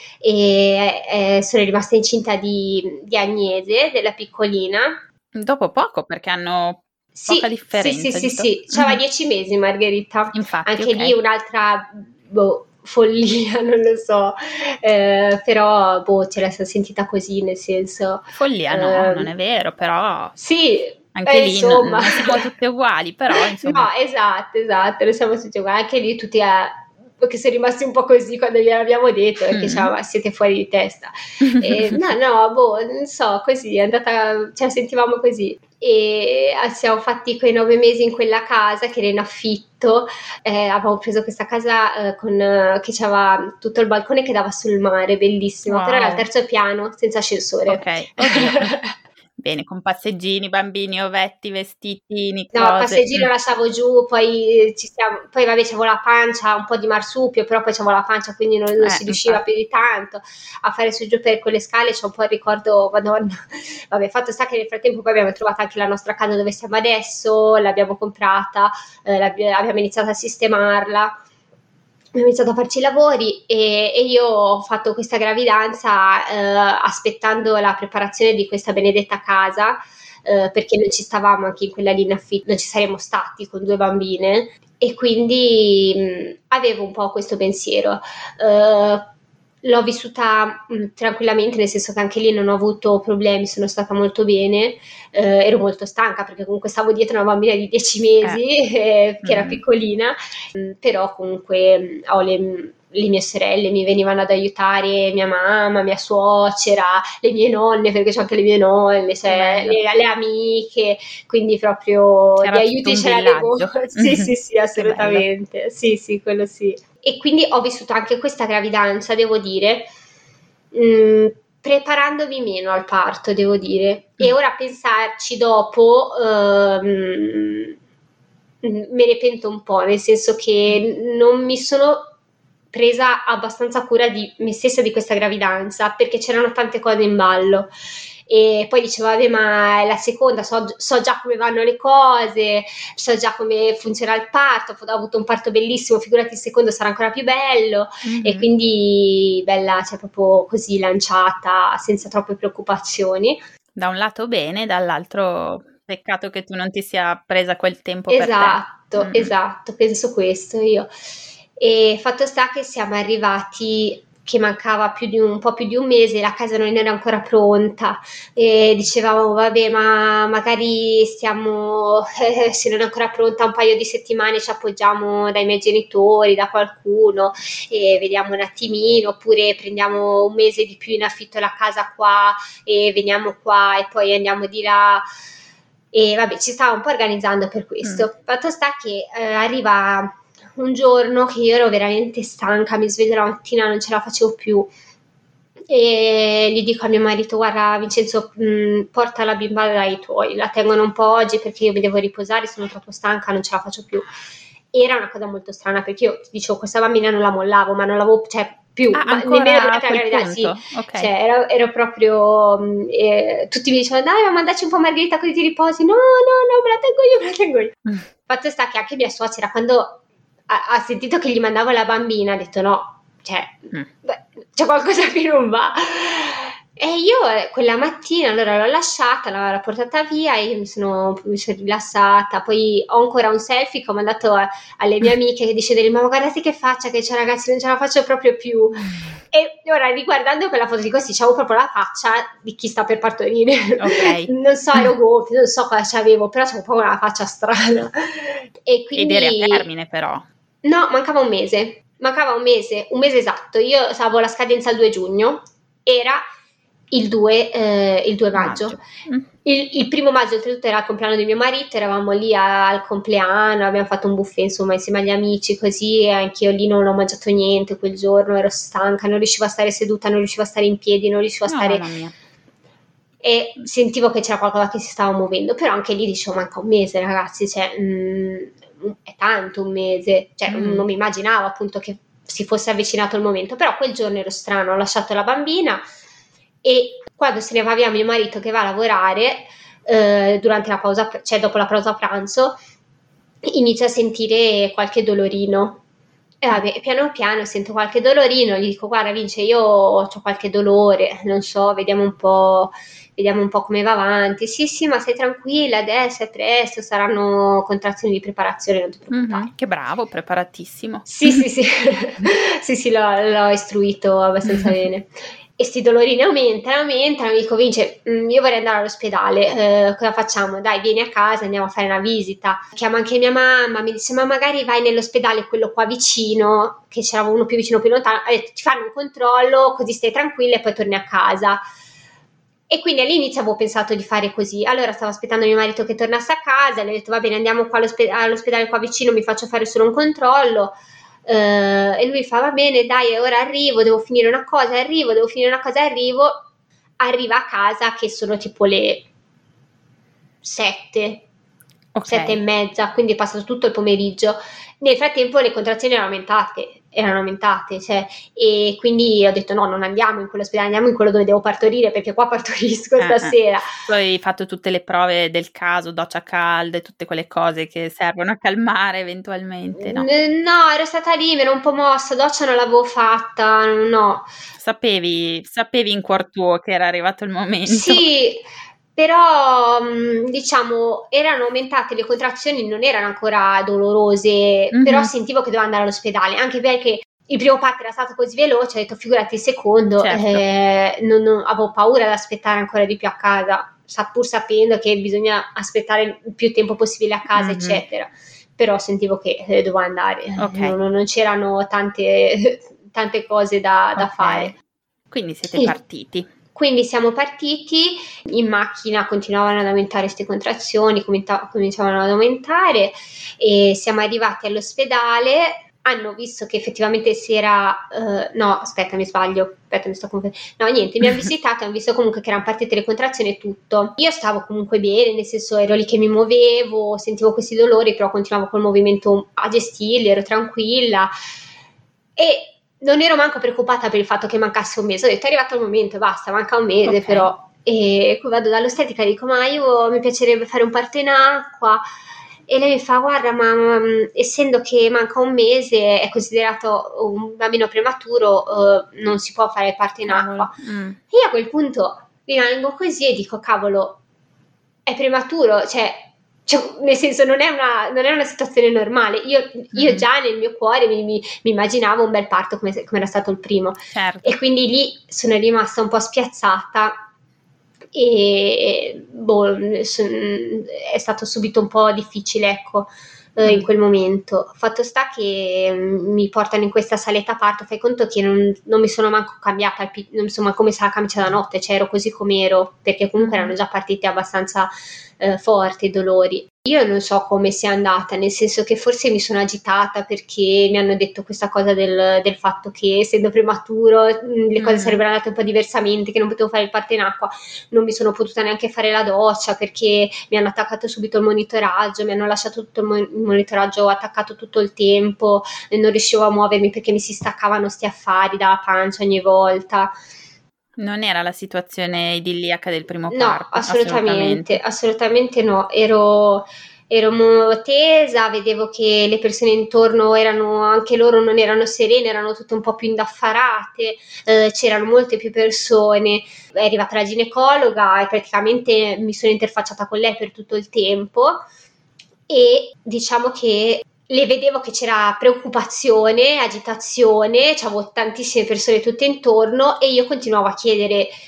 e eh, sono rimasta incinta di, di Agnese, della piccolina. Dopo poco, perché hanno Sì, poca sì, differenza, sì, sì, giusto? sì, c'aveva Mhm. dieci mesi Margherita. Infatti, Anche ok. lì un'altra boh, follia, non lo so, eh, però boh, ce la sono sentita così, nel senso... Follia no, non ehm, è vero, però sì, anche eh, lì no- insomma. non siamo tutte uguali, però insomma. No, esatto, esatto, non siamo tutti uguali, anche lì tutti a... che sono rimasti un po' così quando gliel'abbiamo detto, perché Mm. dicevamo, ma siete fuori di testa. E, no, no, boh, non so, così, è andata, ce la sentivamo così. E siamo fatti quei nove mesi in quella casa che era in affitto, eh, avevamo preso questa casa eh, con, eh, che aveva tutto il balcone che dava sul mare, bellissimo, però era al Wow. terzo piano, senza ascensore. Ok, oddio. Bene, con passeggini, bambini, ovetti, vestitini, No, a cose. passeggino Mm. lasciavo giù, poi ci siamo, poi vabbè c'avevo la pancia, un po' di marsupio, però poi c'avevo la pancia, quindi non, non Eh, si riusciva infatti. più di tanto a fare su e giù per quelle scale, c'è un po' il ricordo, madonna. Vabbè, fatto sta che nel frattempo poi abbiamo trovato anche la nostra casa dove siamo adesso, l'abbiamo comprata, eh, l'abbi- abbiamo iniziato a sistemarla. Abbiamo iniziato a farci i lavori e, e io ho fatto questa gravidanza eh, aspettando la preparazione di questa benedetta casa, eh, perché non ci stavamo anche in quella lì in affitto, non ci saremmo stati con due bambine e quindi mh, avevo un po' questo pensiero. Eh, l'ho vissuta mh, tranquillamente, nel senso che anche lì non ho avuto problemi, sono stata molto bene, eh, ero molto stanca perché comunque stavo dietro una bambina di dieci mesi eh, che era Mm. piccolina, mh, però comunque mh, ho le le mie sorelle mi venivano ad aiutare, mia mamma, mia suocera, le mie nonne, perché c'ho anche le mie nonne, cioè, Bello. le, le amiche, quindi proprio di Era tutto aiuti un ce l'avevo. villaggio. Sì, sì, sì, Che bello. assolutamente. Sì, sì, quello sì. E quindi ho vissuto anche questa gravidanza, devo dire, mh, preparandomi meno al parto, devo dire. E Mm. ora a pensarci dopo, ehm, me ne pento un po', nel senso che non mi sono presa abbastanza cura di me stessa di questa gravidanza perché c'erano tante cose in ballo e poi dicevo vabbè ma è la seconda, so, so già come vanno le cose, so già come funziona il parto, ho avuto un parto bellissimo, figurati il secondo sarà ancora più bello. Mhm. E quindi bella, cioè proprio così lanciata senza troppe preoccupazioni. Da un lato bene, dall'altro peccato che tu non ti sia presa quel tempo per te. Esatto, Mm. esatto, penso questo io. E fatto sta che siamo arrivati che mancava più di un, un po' più di un mese, la casa non era ancora pronta e dicevamo vabbè ma magari stiamo, eh, se non è ancora pronta un paio di settimane ci appoggiamo dai miei genitori, da qualcuno e vediamo un attimino, oppure prendiamo un mese di più in affitto la casa qua e veniamo qua e poi andiamo di là. E vabbè, ci stavo un po' organizzando per questo. Mm. Fatto sta che eh, arriva un giorno che io ero veramente stanca, mi sveglio la mattina, non ce la facevo più. E gli dico a mio marito: Guarda, Vincenzo, mh, porta la bimba dai tuoi, la tengono un po' oggi perché io mi devo riposare, sono troppo stanca, non ce la faccio più. Era una cosa molto strana perché io ti dicevo, questa bambina non la mollavo, ma non l'avevo, cioè, più, Ah, ma nemmeno ancora a durante la quel gravidanza, sì, punto? Ok. cioè ero, ero proprio mh, eh, tutti mi dicevano dai ma mandaci un po' Margherita così ti riposi, no no no me la tengo io, me la tengo io. Mm. Fatto sta che anche mia suocera quando ha, ha sentito che gli mandavo la bambina ha detto no, cioè Mm. beh, c'è qualcosa che non va. E io eh, quella mattina allora l'ho lasciata, l'ho, l'ho portata via e io mi sono, mi sono rilassata. Poi ho ancora un selfie che ho mandato a, alle mie amiche che dice ma guardate che faccia che c'è ragazzi, non ce la faccio proprio più. E ora riguardando quella foto di questi c'avevo proprio la faccia di chi sta per partorire. Ok. Non so, ero gonfia, non so cosa c'avevo, però c'avevo proprio una faccia strana. E Ed eri a quindi termine però. no, mancava un mese. mancava un mese, un mese esatto, io avevo la scadenza il due giugno, era il due, eh, il due maggio. maggio. Mm. Il, il primo maggio oltretutto era il compleanno di mio marito, eravamo lì a, al compleanno, abbiamo fatto un buffet insomma insieme agli amici così, e anch'io lì non ho mangiato niente quel giorno, ero stanca, non riuscivo a stare seduta, non riuscivo a stare in piedi, non riuscivo a stare... No, mamma mia. E sentivo che c'era qualcosa che si stava muovendo, però anche lì dicevo manca un mese ragazzi, cioè mh, è tanto un mese, cioè mm. non mi immaginavo appunto che si fosse avvicinato il momento, però quel giorno ero strano, ho lasciato la bambina e quando se ne va via mio marito che va a lavorare eh, durante la pausa, cioè dopo la pausa pranzo, inizio a sentire qualche dolorino. E vabbè, piano piano sento qualche dolorino, gli dico guarda Vince, io ho qualche dolore, non so, vediamo un po', vediamo un po' come va avanti. Sì, sì, ma stai tranquilla, adesso è presto, saranno contrazioni di preparazione, non ti preoccupare. Mm-hmm, che bravo, preparatissimo. Sì, sì, sì, sì, sì, l'ho, l'ho istruito abbastanza bene. E sti dolorini aumentano, aumentano, mi dico Vince, io vorrei andare all'ospedale, eh, cosa facciamo? Dai, vieni a casa, andiamo a fare una visita. Chiamo anche mia mamma, mi dice ma magari vai nell'ospedale quello qua vicino, che c'era uno più vicino, più lontano, ha detto ti fanno un controllo, così stai tranquilla e poi torni a casa. E quindi all'inizio avevo pensato di fare così, allora stavo aspettando mio marito che tornasse a casa, le ho detto va bene andiamo qua all'ospedale, all'ospedale qua vicino, mi faccio fare solo un controllo. Uh, e lui fa va bene dai ora arrivo, devo finire una cosa, arrivo, devo finire una cosa, arrivo, arriva a casa che sono tipo le sette, okay. sette e mezza, quindi è passato tutto il pomeriggio. Nel frattempo le contrazioni erano aumentate, erano aumentate, cioè, e quindi ho detto no, non andiamo in quell'ospedale, andiamo in quello dove devo partorire, perché qua partorisco eh, stasera. Eh. Poi hai fatto tutte le prove del caso, doccia calda e tutte quelle cose che servono a calmare eventualmente, no? No, ero stata lì, mi ero un po' mossa, doccia non l'avevo fatta, no. Sapevi, sapevi in cuor tuo che era arrivato il momento. Sì, però diciamo erano aumentate le contrazioni, non erano ancora dolorose, mm-hmm. però sentivo che dovevo andare all'ospedale, anche perché il primo parto era stato così veloce, ho detto figurati il secondo, certo. eh, non, non, avevo paura di aspettare ancora di più a casa, pur sapendo che bisogna aspettare il più tempo possibile a casa, mm-hmm. eccetera, però sentivo che eh, dovevo andare, okay. non, non c'erano tante, tante cose da, da okay. fare. Quindi siete e, partiti. Quindi siamo partiti, in macchina continuavano ad aumentare queste contrazioni, cominciavano ad aumentare e siamo arrivati all'ospedale, hanno visto che effettivamente si era, uh, no aspetta mi sbaglio, aspetta mi sto confondendo, no niente, mi hanno visitato e hanno visto comunque che erano partite le contrazioni e tutto. Io stavo comunque bene, nel senso ero lì che mi muovevo, sentivo questi dolori, però continuavo col movimento a gestirli, ero tranquilla e non ero manco preoccupata per il fatto che mancasse un mese, ho detto è arrivato il momento, basta, manca un mese okay. però, e poi vado dall'ostetrica e dico ma io mi piacerebbe fare un parto in acqua e lei mi fa guarda ma mh, essendo che manca un mese è considerato un bambino prematuro, uh, non si può fare il parto in cavolo. acqua mm. e io a quel punto rimango così e dico cavolo è prematuro, cioè Cioè, nel senso non è una, non è una situazione normale, io, io mm. già nel mio cuore mi, mi, mi immaginavo un bel parto come, come era stato il primo, certo. e quindi lì sono rimasta un po' spiazzata e boh, è stato subito un po' difficile ecco mm. in quel momento. Fatto sta che mi portano in questa saletta parto, fai conto che non, non mi sono manco cambiata, non mi sono manco messa la camicia da notte, cioè ero così come ero, perché comunque mm. erano già partite abbastanza eh, forti i dolori. Io non so come sia andata, nel senso che forse mi sono agitata perché mi hanno detto questa cosa del, del fatto che essendo prematuro le cose mm. sarebbero andate un po' diversamente, che non potevo fare il parto in acqua, non mi sono potuta neanche fare la doccia perché mi hanno attaccato subito il monitoraggio, mi hanno lasciato tutto il, mo- il monitoraggio attaccato tutto il tempo e non riuscivo a muovermi perché mi si staccavano sti affari dalla pancia ogni volta. Non era la situazione idilliaca del primo no, parto? assolutamente, assolutamente, assolutamente no, ero, ero tesa, vedevo che le persone intorno erano, anche loro non erano serene, erano tutte un po' più indaffarate, eh, c'erano molte più persone, è arrivata la ginecologa e praticamente mi sono interfacciata con lei per tutto il tempo e diciamo che le vedevo che c'era preoccupazione, agitazione, c'avevo tantissime persone tutte intorno e io continuavo a chiedere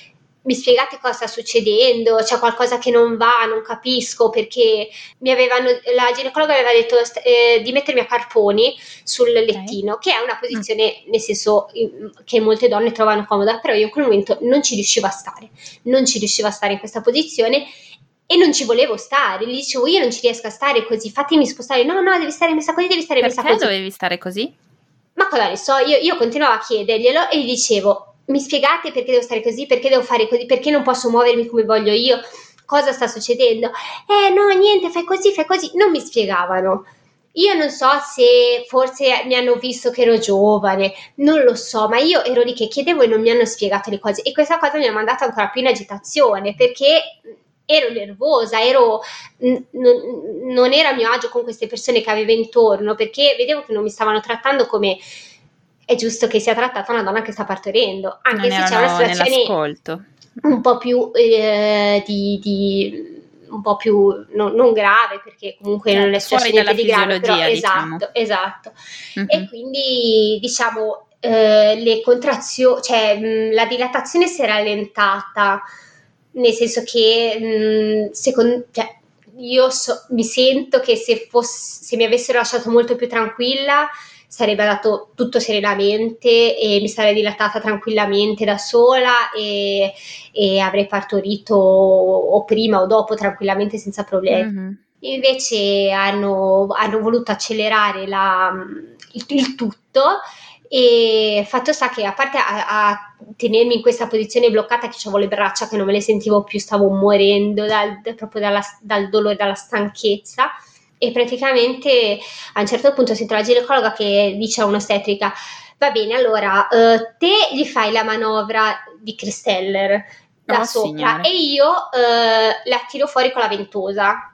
mi spiegate cosa sta succedendo, c'è qualcosa che non va, non capisco, perché mi avevano, la ginecologa aveva detto eh, di mettermi a carponi sul lettino, okay. Che è una posizione, mm. nel senso che molte donne trovano comoda, però io in quel momento non ci riuscivo a stare, non ci riuscivo a stare in questa posizione e non ci volevo stare, gli dicevo io non ci riesco a stare così, fatemi spostare, no no devi stare messa così, devi stare Perché messa così. Perché dovevi stare così? Ma cosa ne so, io, io continuavo a chiederglielo e gli dicevo mi spiegate perché devo stare così, perché devo fare così, perché non posso muovermi come voglio io, cosa sta succedendo? Eh no, niente, fai così, fai così, non mi spiegavano. Io non so se forse mi hanno visto che ero giovane, non lo so, ma io ero lì che chiedevo e non mi hanno spiegato le cose e questa cosa mi ha mandato ancora più in agitazione perché ero nervosa, ero, n- n- non era a mio agio con queste persone che avevo intorno perché vedevo che non mi stavano trattando come è giusto che sia trattata una donna che sta partorendo, anche non se c'è una situazione nell'ascolto. un po' più eh, di, di un po' più no, non grave perché comunque certo, non è successo niente di grave, però diciamo. esatto, esatto. Mm-hmm. E quindi diciamo eh, le contrazioni, cioè mh, la dilatazione si è rallentata, nel senso che mh, secondo cioè, io so, mi sento che se, fosse, se mi avessero lasciato molto più tranquilla sarebbe andato tutto serenamente e mi sarei dilatata tranquillamente da sola e, e avrei partorito o prima o dopo tranquillamente senza problemi. Mm-hmm. Invece hanno, hanno voluto accelerare la, il, il tutto e fatto sta che a parte a, a tenermi in questa posizione bloccata che avevo le braccia che non me le sentivo più, stavo morendo dal, proprio dalla, dal dolore, dalla stanchezza. E praticamente a un certo punto sento la ginecologa che dice a un'ostetrica va bene, allora uh, te gli fai la manovra di Kristeller da oh, sopra signore. e io uh, la tiro fuori con la ventosa.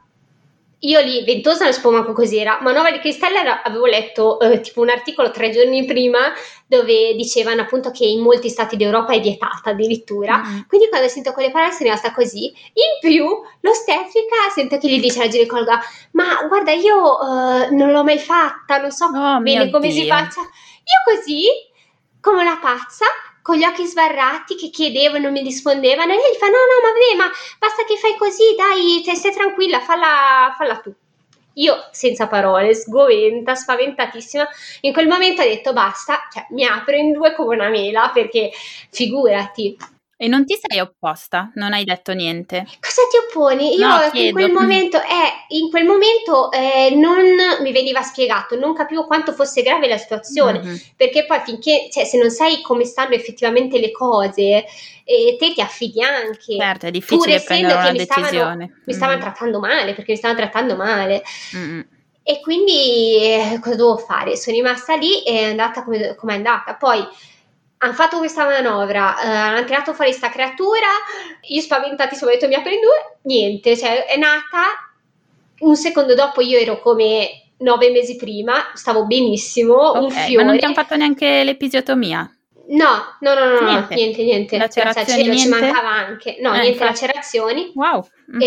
Io lì, ventosa non sapevo manco cos'era, manovra di Kristeller avevo letto uh, tipo un articolo tre giorni prima dove dicevano appunto che in molti stati d'Europa è vietata addirittura, mm-hmm. Quindi quando sento quelle parole sono rimasta così. In più l'ostetrica sento che gli dice alla ginecologa ma guarda io uh, non l'ho mai fatta, non so oh, bene come Dio. si faccia. Io così, come una pazza, con gli occhi sbarrati che chiedevo e non mi rispondevano e lei gli fa no no ma vabbè ma basta che fai così dai te stai tranquilla falla, falla tu. Io senza parole, sgomenta, spaventatissima, in quel momento ho detto basta, cioè mi apro in due come una mela perché figurati. E non ti sei opposta? Non hai detto niente? Cosa ti opponi? Io no, in quel momento, eh, in quel momento eh, non mi veniva spiegato, non capivo quanto fosse grave la situazione, mm-hmm. Perché poi finché, cioè, se non sai come stanno effettivamente le cose, eh, te ti affidi anche. Certo, è difficile prendere una che mi decisione. Stavano, mi stavano mm. trattando male, perché mi stavano trattando male. Mm-hmm. E quindi eh, cosa dovevo fare? Sono rimasta lì e è andata come, come è andata. Poi hanno fatto questa manovra, eh, hanno tirato fuori sta creatura, io spaventatissimo ho detto mi apro in due, niente, cioè è nata, un secondo dopo io ero come nove mesi prima, stavo benissimo, okay, un fiore. Ma non ti hanno fatto neanche l'episiotomia? No, no, no, no, niente, niente, niente. Lacerazioni, cielo, niente? Ci mancava anche, no, eh, niente infatti. Lacerazioni. Wow.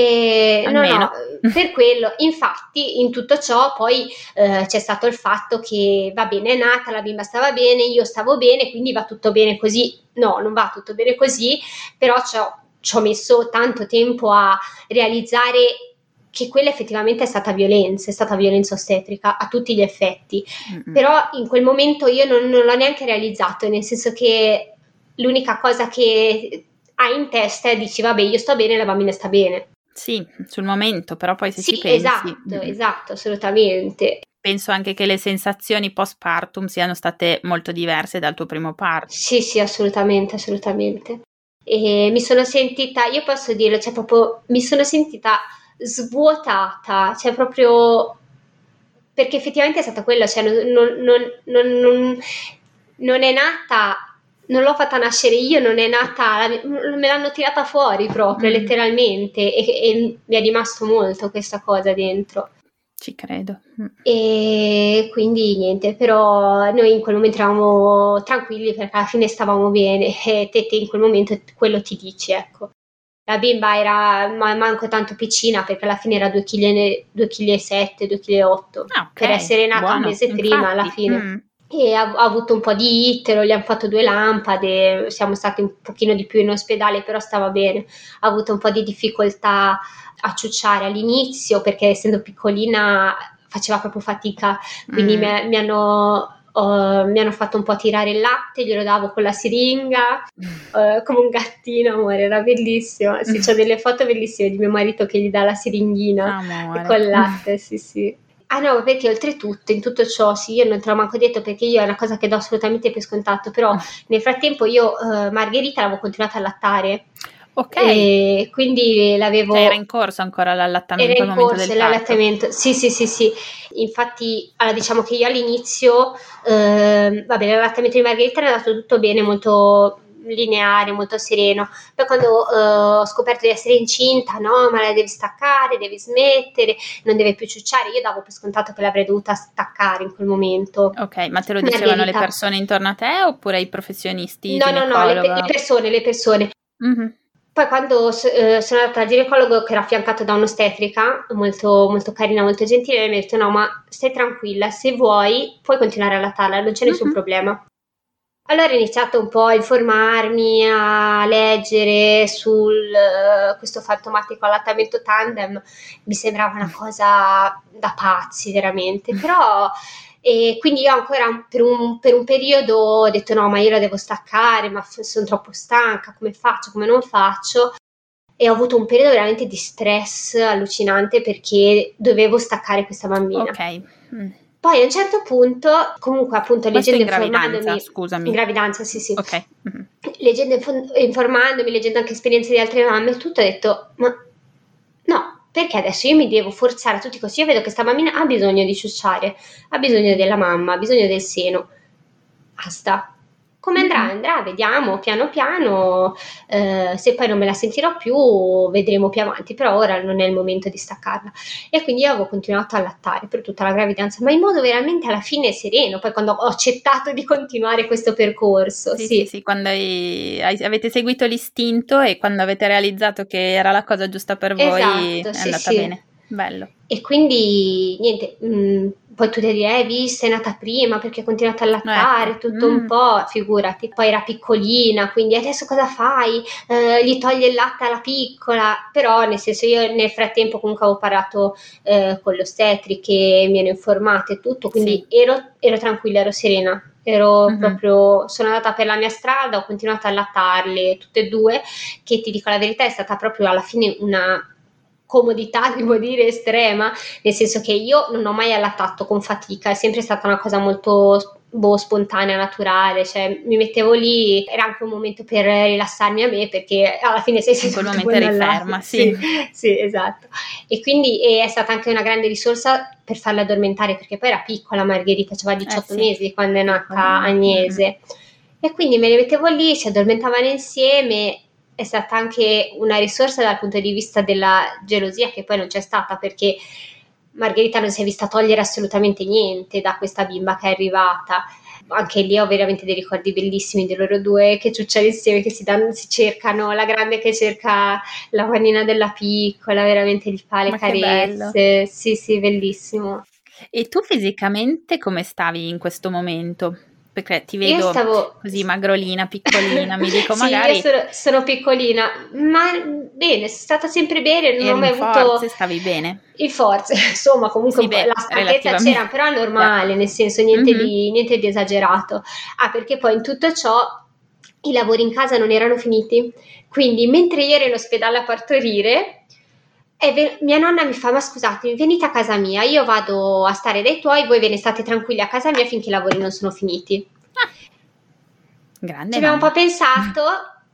E, no, no, per quello, infatti, in tutto ciò poi eh, c'è stato il fatto che va bene, è nata, la bimba stava bene, io stavo bene, quindi va tutto bene così. No, non va tutto bene così, però ci ho messo tanto tempo a realizzare che quella effettivamente è stata violenza, è stata violenza ostetrica a tutti gli effetti, mm-hmm. Però in quel momento io non, non l'ho neanche realizzato, nel senso che l'unica cosa che hai in testa è dici vabbè io sto bene, la bambina sta bene. Sì, sul momento, però poi se sì, ci pensi... esatto, mm-hmm. esatto, assolutamente. Penso anche che le sensazioni postpartum siano state molto diverse dal tuo primo parto. Sì, sì, assolutamente, assolutamente. E mi sono sentita, io posso dirlo, cioè proprio mi sono sentita svuotata, cioè proprio perché effettivamente è stata quella, cioè non, non, non, non, non è nata, non l'ho fatta nascere io, non è nata, me l'hanno tirata fuori proprio, mm. letteralmente, e, e mi è rimasto molto questa cosa dentro. Ci credo. Mm. E quindi niente, però noi in quel momento eravamo tranquilli perché alla fine stavamo bene e te, te in quel momento quello ti dici, ecco. La bimba era manco tanto piccina perché alla fine era due virgola sette chili, due virgola sette, due virgola otto ah, okay. per essere nata Buono, un mese infatti. prima alla fine. Mm. e ha, ha avuto un po' di ittero, gli hanno fatto due lampade, siamo stati un pochino di più in ospedale, però stava bene. Ha avuto un po' di difficoltà a ciucciare all'inizio perché essendo piccolina faceva proprio fatica, quindi Mm. mi, mi hanno Uh, mi hanno fatto un po' tirare il latte, glielo davo con la siringa, uh, come un gattino, amore, era bellissimo. Sì, c'ho delle foto bellissime di mio marito che gli dà la siringhina Amore. col latte, sì, sì. Ah no, perché oltretutto in tutto ciò, sì, io non te l'ho manco detto perché io è una cosa che do assolutamente per scontato, però nel frattempo io uh, Margherita l'avevo continuata a allattare. Ok. E quindi l'avevo... Cioè era in corso ancora l'allattamento Era al in momento corso del parto? l'allattamento, sì, sì, sì, sì. Infatti, allora, diciamo che io all'inizio, eh, va bene, l'allattamento di Margherita è andato tutto bene, molto lineare, molto sereno. Poi quando eh, ho scoperto di essere incinta, no, ma la devi staccare, devi smettere, non deve più ciucciare. Io davo per scontato che l'avrei dovuta staccare in quel momento. Ok, ma te lo dicevano Margherita. le persone intorno a te oppure i professionisti, No, no, no, le, pe- ginecologa? le persone, le persone. Mm-hmm. Poi quando eh, sono andata al ginecologo che era affiancato da un'ostetrica molto, molto carina, molto gentile, mi ha detto no ma stai tranquilla, se vuoi puoi continuare a allattarla, non c'è nessun Mm-hmm. problema. Allora ho iniziato un po' a informarmi, a leggere su questo fantomatico allattamento tandem, mi sembrava una cosa da pazzi veramente, però e quindi io ancora per un, per un periodo ho detto no ma io la devo staccare, ma f- sono troppo stanca, come faccio, come non faccio? E ho avuto un periodo veramente di stress allucinante perché dovevo staccare questa bambina. Ok. Mm. Poi a un certo punto, comunque appunto Questo leggendo in e gravidanza, informandomi, in scusami. gravidanza sì sì, Ok. Mm-hmm. leggendo e fon- informandomi, leggendo anche esperienze di altre mamme, tutto ho detto, ma no, perché adesso io mi devo forzare a tutti così, io vedo che sta bambina ha bisogno di ciucciare, ha bisogno della mamma, ha bisogno del seno, basta. Come andrà? Mm-hmm. Andrà, vediamo piano piano, eh, se poi non me la sentirò più vedremo più avanti, però ora non è il momento di staccarla. E quindi io avevo continuato a allattare per tutta la gravidanza, ma in modo veramente alla fine sereno, poi quando ho accettato di continuare questo percorso, Sì, sì. sì, sì, quando hai- hai- avete seguito l'istinto e quando avete realizzato che era la cosa giusta per voi Esatto, è sì, andata sì. bene. Bello. E quindi niente, mh, poi tu devi dire, hai visto, è nata prima perché ha continuato a Ecco. allattare tutto un Mm. po', figurati, poi era piccolina, quindi adesso cosa fai? Eh, gli togli il latte alla piccola, però nel senso io nel frattempo comunque avevo parlato eh, con l'ostetriche, mi ero informata e tutto, quindi Sì. ero, ero tranquilla, ero serena. Ero Mhm. proprio, sono andata per la mia strada, ho continuato a allattarle tutte e due, che ti dico la verità è stata proprio alla fine una comodità, devo dire, estrema, nel senso che io non ho mai allattato con fatica, è sempre stata una cosa molto boh, spontanea, naturale, cioè mi mettevo lì, era anche un momento per rilassarmi a me perché alla fine sei In quel seduto momento con eri al ferma, latte, sì. sì, sì, esatto. E quindi è stata anche una grande risorsa per farla addormentare perché poi era piccola Margherita, aveva diciotto Eh sì, mesi quando è nata piccolina. Agnese. E quindi me le mettevo lì, si addormentavano insieme, è stata anche una risorsa dal punto di vista della gelosia che poi non c'è stata perché Margherita non si è vista togliere assolutamente niente da questa bimba che è arrivata. Anche lì ho veramente dei ricordi bellissimi di loro due che ciucciano insieme, che si, danno, si cercano, la grande che cerca la manina della piccola, veramente gli fa le Ma che bello. carezze. Sì, sì, bellissimo. E tu fisicamente come stavi in questo momento? Perché ti Io vedo stavo... così magrolina, piccolina, mi dico Sì, io magari sono, sono piccolina, ma bene, sono stata sempre bene, non ho eri in mai avuto forze, stavi bene? il forza, insomma, comunque Sì, un po' beh, la stanchezza c'era, relativamente. però è Certo. normale, nel senso niente Mhm. di, niente di esagerato. Ah, perché poi in tutto ciò i lavori in casa non erano finiti, quindi mentre io ero in ospedale a partorire, e ve- mia nonna mi fa, ma scusatemi, venite a casa mia, io vado a stare dai tuoi, voi ve ne state tranquilli a casa mia finché i lavori non sono finiti. Ah, Ci grande abbiamo un po' mamma. pensato,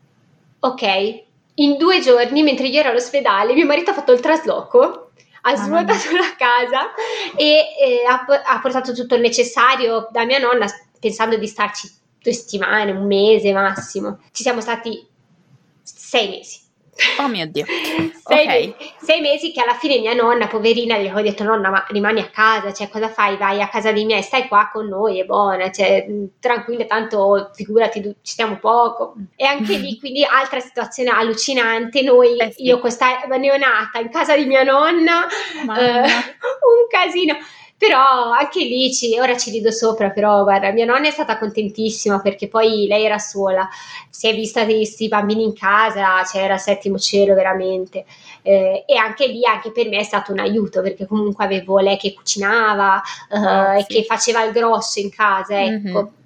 ok, in due giorni, mentre io ero all'ospedale, mio marito ha fatto il trasloco, ha Mamma mia. svuotato la casa e eh, ha, ha portato tutto il necessario da mia nonna, pensando di starci due settimane, un mese massimo. Ci siamo stati sei mesi. Oh mio Dio. sei, Ok. mesi sei mesi che alla fine mia nonna, poverina, gli ho detto nonna ma rimani a casa, cioè cosa fai? Vai a casa dei miei, stai qua con noi, è buona, cioè tranquilla, tanto figurati, ci stiamo poco. E anche lì quindi altra situazione allucinante, noi, Eh io sì, questa neonata in casa di mia nonna, eh, mamma. un casino. Però anche lì ci, ora ci rido sopra, però guarda, mia nonna è stata contentissima perché poi lei era sola, si è vista questi bambini in casa, c'era il settimo cielo veramente, eh, e anche lì anche per me è stato un aiuto perché comunque avevo lei che cucinava eh, Oh, e sì. che faceva il grosso in casa, ecco. Mhm.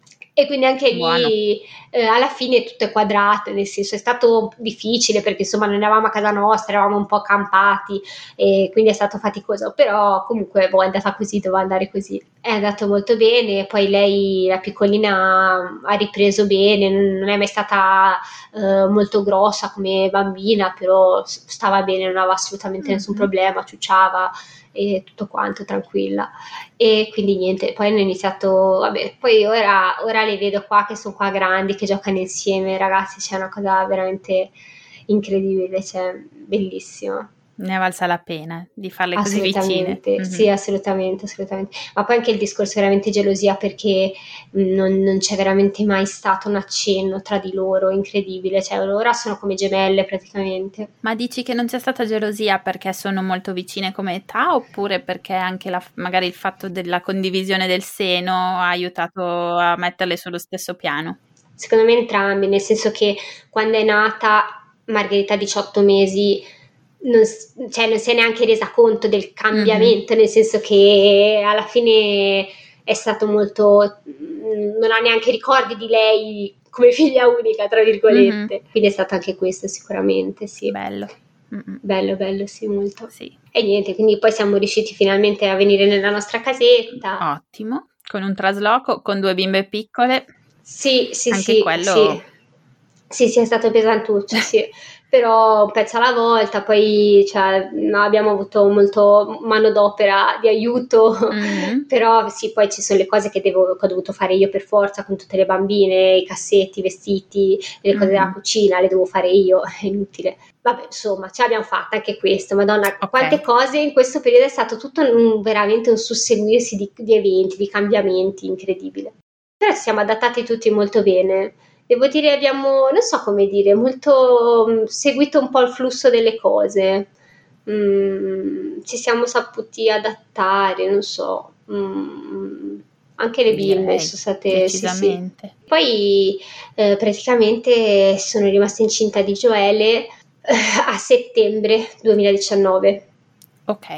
E quindi anche Buono. lì eh, alla fine tutto è quadrato, nel senso è stato difficile perché insomma non eravamo a casa nostra, eravamo un po' accampati e quindi è stato faticoso, però comunque boh, è andata così, doveva andare così. È andato molto bene, poi lei, la piccolina, ha ripreso bene, non è mai stata eh, molto grossa come bambina, però stava bene, non aveva assolutamente Mhm. nessun problema, ciucciava e tutto quanto, tranquilla. E quindi niente, poi hanno iniziato, vabbè, poi ora, ora le vedo qua che sono qua grandi, che giocano insieme, ragazzi, c'è una cosa veramente incredibile, cioè bellissima. Ne è valsa la pena di farle così vicine. Assolutamente, Mhm. sì, assolutamente, assolutamente. Ma poi anche il discorso è veramente gelosia perché non, non c'è veramente mai stato un accenno tra di loro, incredibile, cioè ora sono come gemelle praticamente. Ma dici che non c'è stata gelosia perché sono molto vicine come età oppure perché anche la, magari il fatto della condivisione del seno ha aiutato a metterle sullo stesso piano? Secondo me entrambi, nel senso che quando è nata Margherita a diciotto mesi non, cioè, non si è neanche resa conto del cambiamento, mm-hmm. Nel senso che alla fine è stato molto, non ha neanche ricordi di lei come figlia unica, tra virgolette, mm-hmm. Quindi è stato anche questo sicuramente, sì. Bello. Mm-mm. Bello, bello, sì, molto. Sì. E niente, quindi poi siamo riusciti finalmente a venire nella nostra casetta. Ottimo, con un trasloco, con due bimbe piccole. Sì, sì, anche sì, quello... sì. Sì, sì, è stato pesantuccio, sì. Però un pezzo alla volta, poi cioè, abbiamo avuto molto manodopera di aiuto, mm-hmm. Però sì, poi ci sono le cose che, devo, che ho dovuto fare io per forza con tutte le bambine, i cassetti, i vestiti, le cose mm-hmm. della cucina, le devo fare io, è inutile. Vabbè, insomma, ce l'abbiamo fatta anche questo, madonna, okay. Quante cose in questo periodo è stato tutto un, veramente un susseguirsi di, di eventi, di cambiamenti, incredibile. Però ci siamo adattati tutti molto bene. Devo dire, abbiamo, non so come dire, molto mh, seguito un po' il flusso delle cose. Mm, ci siamo saputi adattare, non so. Mm, anche le bimbe Direi, sono state decisamente. Sì, sì. Poi eh, praticamente sono rimasta incinta di Gioele eh, a settembre duemiladiciannove. Ok.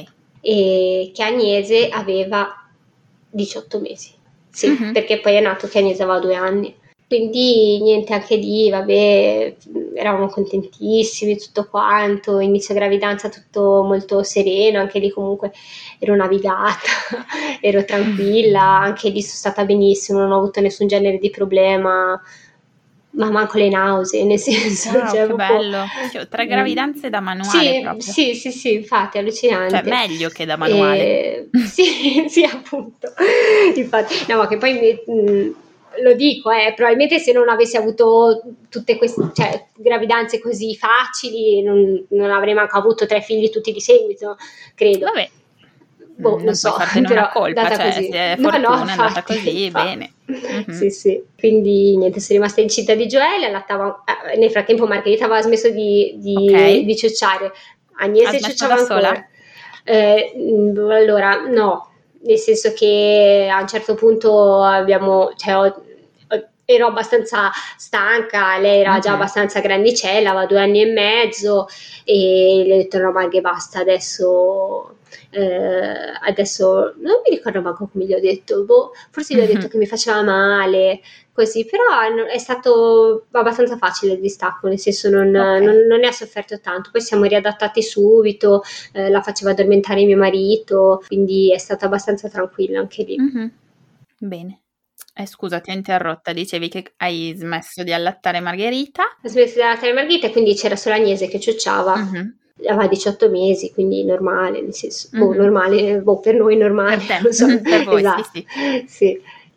E che Agnese aveva diciotto mesi. Sì, mm-hmm. Perché poi è nato che Agnese aveva due anni. Quindi niente, anche lì, vabbè, eravamo contentissimi, tutto quanto, inizio gravidanza tutto molto sereno, anche lì comunque ero navigata, ero tranquilla, anche lì sono stata benissimo, non ho avuto nessun genere di problema, ma manco le nausee, nel senso... Wow, cioè, che bello, tre gravidanze da manuale sì, proprio. Sì, sì, sì, infatti, allucinante. Cioè, meglio che da manuale. E... sì, sì, appunto, infatti, no, ma che poi... Mh, lo dico, eh, probabilmente se non avessi avuto tutte queste cioè, gravidanze così facili non, non avrei manco avuto tre figli tutti di seguito, credo. Vabbè, boh, non, non so, puoi fartene però una colpa, cioè così. se è No, fortuna no, è andata infatti, così, infatti. bene. Mm-hmm. Sì, sì. Quindi niente, sono rimasta incinta di Gioele, allattava, eh, nel frattempo Margherita aveva smesso di, di, okay. di ciucciare, Agnese ciucciava ancora. Sola? Eh, allora, no, nel senso che a un certo punto abbiamo, cioè, ho, ero abbastanza stanca, lei era mm-hmm. già abbastanza grandicella, aveva due anni e mezzo e le ho detto no Marghe basta, adesso eh, adesso non mi ricordo manco come gli ho detto, boh, forse gli ho detto mm-hmm. che mi faceva male, così, però è stato abbastanza facile il distacco, nel senso non, okay. non, non ne ha sofferto tanto, poi siamo riadattati subito, eh, la faceva addormentare mio marito, quindi è stata abbastanza tranquilla anche lì. Mm-hmm. Bene. Eh, scusa, ti ho interrotta, dicevi che hai smesso di allattare Margherita? Ho smesso di allattare Margherita e quindi c'era solo Agnese che ciucciava, mm-hmm. aveva diciotto mesi, quindi normale, nel senso, mm-hmm. boh, normale, boh, per noi normale, per te, non so. per voi, esatto. sì, sì. sì.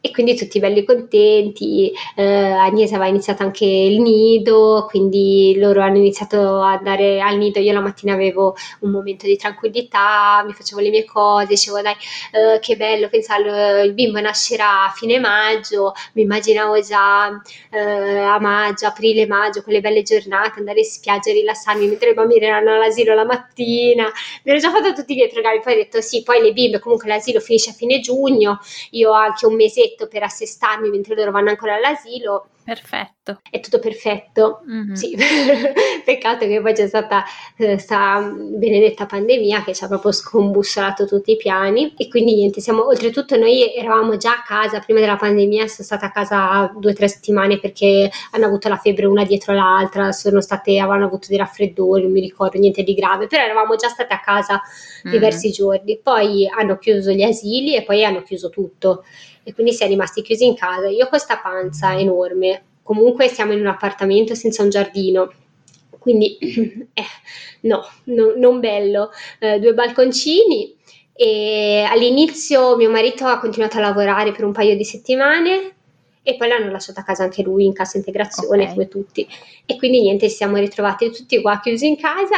e quindi tutti belli contenti. eh, Agnese aveva iniziato anche il nido, quindi loro hanno iniziato ad andare al nido. Io la mattina avevo un momento di tranquillità, mi facevo le mie cose, dicevo dai, eh, che bello pensare, il bimbo nascerà a fine maggio, mi immaginavo già eh, a maggio, aprile, maggio, quelle belle giornate, andare in spiaggia, rilassarmi mentre i bambini erano all'asilo la mattina. Mi ero già fatto tutti i miei programmi, poi ho detto sì, poi le bimbe comunque l'asilo finisce a fine giugno, io ho anche un mesetto per assestarmi mentre loro vanno ancora all'asilo. Perfetto. È tutto perfetto, mm-hmm. Sì. Peccato che poi c'è stata questa eh, benedetta pandemia che ci ha proprio scombussolato tutti i piani, e quindi niente, siamo, oltretutto noi eravamo già a casa prima della pandemia, sono stata a casa due o tre settimane perché hanno avuto la febbre una dietro l'altra, sono state, avevano avuto dei raffreddori, non mi ricordo niente di grave, però eravamo già state a casa diversi mm. giorni, poi hanno chiuso gli asili e poi hanno chiuso tutto, e quindi siamo rimasti chiusi in casa. Io ho questa panza enorme, comunque siamo in un appartamento senza un giardino, quindi eh, no, no, non bello, eh, due balconcini, e all'inizio mio marito ha continuato a lavorare per un paio di settimane e poi l'hanno lasciato a casa anche lui in cassa integrazione, okay, come tutti, e quindi niente, ci siamo ritrovati tutti qua chiusi in casa.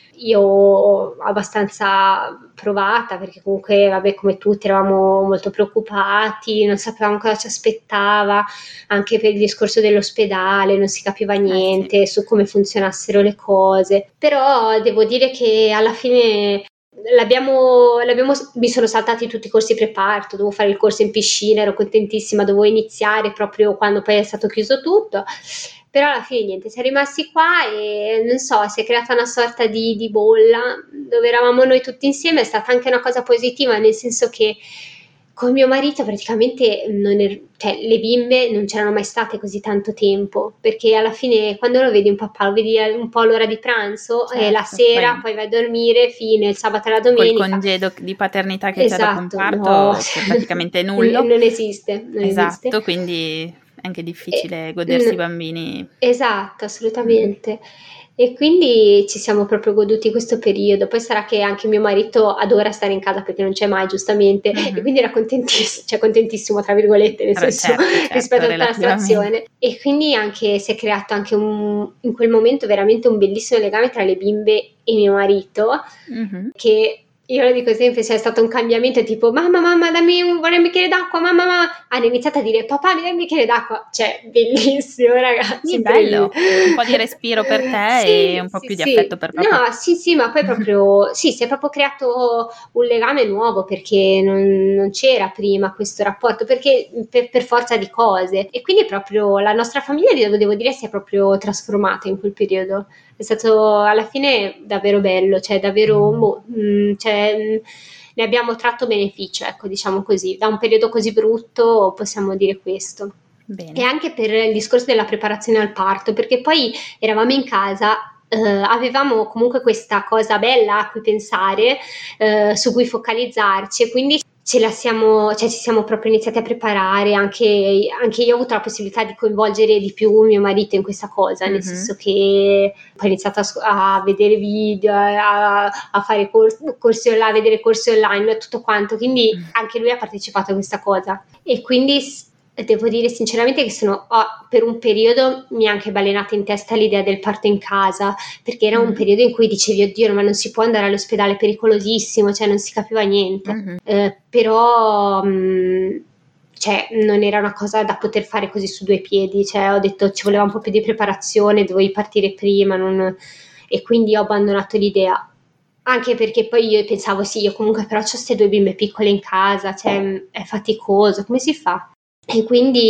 Io abbastanza provata perché comunque, vabbè, come tutti eravamo molto preoccupati, non sapevamo cosa ci aspettava, anche per il discorso dell'ospedale non si capiva niente eh sì. su come funzionassero le cose, però devo dire che alla fine l'abbiamo, l'abbiamo mi sono saltati tutti i corsi preparto, dovevo fare il corso in piscina, ero contentissima, dovevo iniziare proprio quando poi è stato chiuso tutto. Però alla fine niente, siamo rimasti qua e non so, si è creata una sorta di, di bolla dove eravamo noi tutti insieme. È stata anche una cosa positiva, nel senso che con mio marito praticamente non er- cioè, le bimbe non c'erano mai state così tanto tempo, perché alla fine quando lo vedi un papà lo vedi un po' all'ora di pranzo, certo, e la sera poi... poi vai a dormire fine il sabato e la domenica. Col congedo di paternità che esatto, c'è dopo un parto, no. che è praticamente nullo. Non esiste, non esatto, esiste. Quindi è anche difficile e, godersi n- i bambini. Esatto, assolutamente. Mm. E quindi ci siamo proprio goduti questo periodo. Poi sarà che anche mio marito adora stare in casa perché non c'è mai, giustamente, mm-hmm. e quindi era contentissimo, cioè contentissimo tra virgolette, nel senso, certo, certo, rispetto a tutta la situazione. E quindi anche si è creato anche un, in quel momento veramente un bellissimo legame tra le bimbe e mio marito, mm-hmm. che io lo dico sempre, c'è stato un cambiamento tipo mamma, mamma, dammi un, vorrei un bicchiere d'acqua, mamma, mamma, hanno iniziato a dire papà, mi dai un bicchiere d'acqua, cioè bellissimo ragazzi. Sì, bello, un po' di respiro per te sì, e un po' sì, più sì. di affetto per papà. No, sì, sì, ma poi proprio, sì, si è proprio creato un legame nuovo perché non, non c'era prima questo rapporto, perché per, per forza di cose, e quindi proprio la nostra famiglia, devo, devo dire, si è proprio trasformata in quel periodo. È stato alla fine davvero bello, cioè davvero, boh, mh, cioè, mh, ne abbiamo tratto beneficio, ecco, diciamo così, da un periodo così brutto possiamo dire questo. Bene. E anche per il discorso della preparazione al parto, perché poi eravamo in casa, eh, avevamo comunque questa cosa bella a cui pensare, eh, su cui focalizzarci, e quindi ce la siamo, cioè ci siamo proprio iniziati a preparare, anche, anche io ho avuto la possibilità di coinvolgere di più mio marito in questa cosa, mm-hmm. nel senso che poi ho iniziato a, a vedere video, a, a fare corsi, corsi online, a vedere corsi online e tutto quanto, quindi mm. anche lui ha partecipato a questa cosa, e quindi devo dire sinceramente che sono, oh, per un periodo mi è anche balenata in testa l'idea del parto in casa, perché era mm-hmm. un periodo in cui dicevi oddio, ma non si può andare all'ospedale, pericolosissimo, cioè non si capiva niente, mm-hmm. eh, però mh, cioè non era una cosa da poter fare così su due piedi, cioè ho detto ci voleva un po' più di preparazione, dovevi partire prima, non... e quindi ho abbandonato l'idea. Anche perché poi io pensavo sì, io comunque però ho queste due bimbe piccole in casa, cioè è faticoso, come si fa? E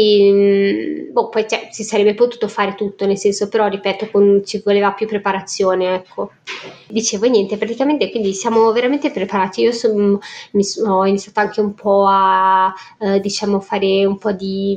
quindi boh, poi cioè, si sarebbe potuto fare tutto, nel senso, però ripeto, con, ci voleva più preparazione, ecco. Dicevo niente, praticamente quindi siamo veramente preparati. Io son, mi sono, ho iniziato anche un po' a eh, diciamo fare un po' di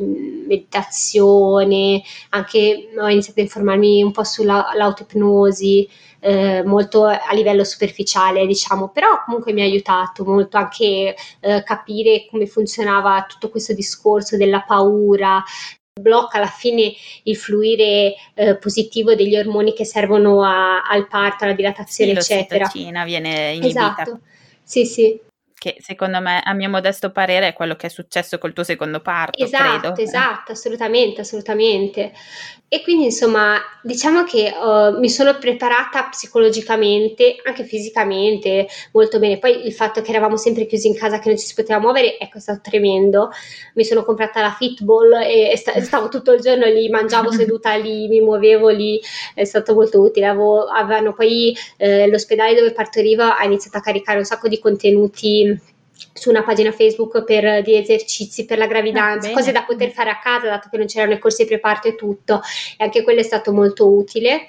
meditazione, anche ho iniziato a informarmi un po' sull'autoipnosi, eh, molto a livello superficiale, diciamo, però comunque mi ha aiutato molto anche eh, capire come funzionava tutto questo discorso della paura, blocca alla fine il fluire eh, positivo degli ormoni che servono a, al parto, alla dilatazione, sì, eccetera. L'ossitocina viene inibita. Esatto, sì, sì. Che secondo me, a mio modesto parere, è quello che è successo col tuo secondo parto, Esatto, credo. esatto, assolutamente, assolutamente. E quindi insomma, diciamo che uh, mi sono preparata psicologicamente, anche fisicamente, molto bene. Poi il fatto che eravamo sempre chiusi in casa, che non ci si poteva muovere, ecco, è stato tremendo. Mi sono comprata la Fitball e, e sta- stavo tutto il giorno lì, mangiavo seduta lì, mi muovevo lì, è stato molto utile. Avevo, avevano poi eh, l'ospedale dove partorivo ha iniziato a caricare un sacco di contenuti su una pagina Facebook per di esercizi per la gravidanza, Ah, cose bene. da poter fare a casa, dato che non c'erano i corsi preparto e tutto, e anche quello è stato molto utile.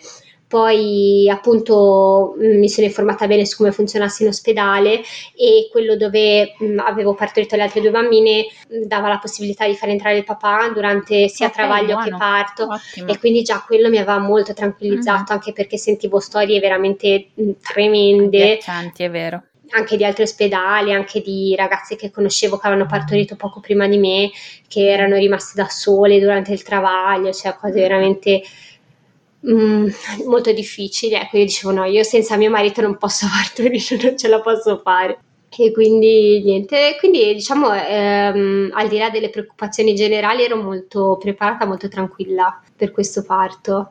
Poi appunto mh, mi sono informata bene su come funzionasse in ospedale, e quello dove mh, avevo partorito le altre due bambine mh, dava la possibilità di far entrare il papà durante sia Ok, travaglio che buono, parto, ottimo. e quindi già quello mi aveva molto tranquillizzato, Mhm. anche perché sentivo storie veramente mh, tremende, Agghiaccianti, è vero. anche di altri ospedali, anche di ragazze che conoscevo che avevano partorito poco prima di me, che erano rimaste da sole durante il travaglio, cioè cose veramente mm, molto difficili. Ecco, io dicevo no, io senza mio marito non posso partorire, non ce la posso fare. E quindi niente, quindi diciamo ehm, al di là delle preoccupazioni generali ero molto preparata, molto tranquilla per questo parto.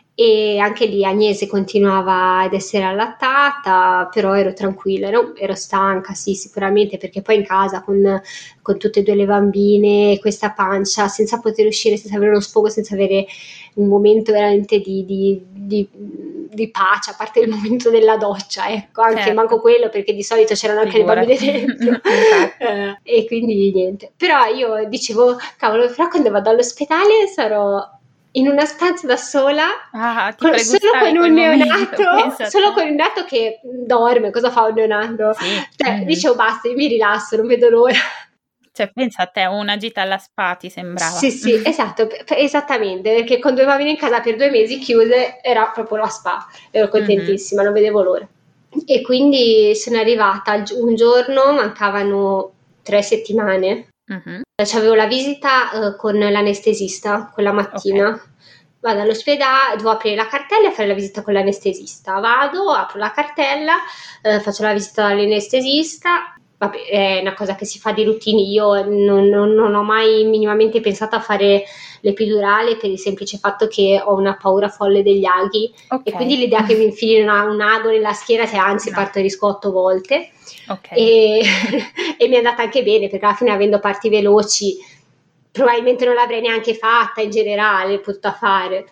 E anche lì Agnese continuava ad essere allattata, però ero tranquilla, ero, ero stanca, sì, sicuramente, perché poi in casa con, con tutte e due le bambine, questa pancia, senza poter uscire, senza avere uno sfogo, senza avere un momento veramente di, di, di, di pace, a parte il momento della doccia, ecco, anche Certo. manco quello, perché di solito c'erano anche Figurati. le bambine dentro. eh, e quindi niente. Però io dicevo, cavolo, però quando vado all'ospedale sarò in una stanza da sola, Ah, ti con, solo pregustavi con quel un momento, pensa neonato, a solo te. con un neonato che dorme. Cosa fa un neonato? Sì. Cioè, Mhm. dicevo basta, io mi rilasso, non vedo l'ora. Cioè, pensa a te, una gita alla spa ti sembrava. Sì, sì, esatto, p- esattamente, perché con due bambini in casa per due mesi chiuse era proprio la spa, ero contentissima, non vedevo l'ora. E quindi sono arrivata il gi- un giorno, mancavano tre settimane, Mhm. avevo la visita eh, con l'anestesista quella mattina. Vado all'ospedale, devo aprire la cartella e fare la visita con l'anestesista. Vado, apro la cartella, eh, faccio la visita dall'anestesista. Vabbè, è una cosa che si fa di routine. Io non, non- non ho mai minimamente pensato a fare l'epidurale, per il semplice fatto che ho una paura folle degli aghi, Ok. e quindi l'idea che mi infili una- un ago nella schiena, cioè, anzi, No. partorisco otto volte. Ok. E, e mi è andata anche bene, perché alla fine, avendo parti veloci, probabilmente non l'avrei neanche fatta in generale, potuta fare.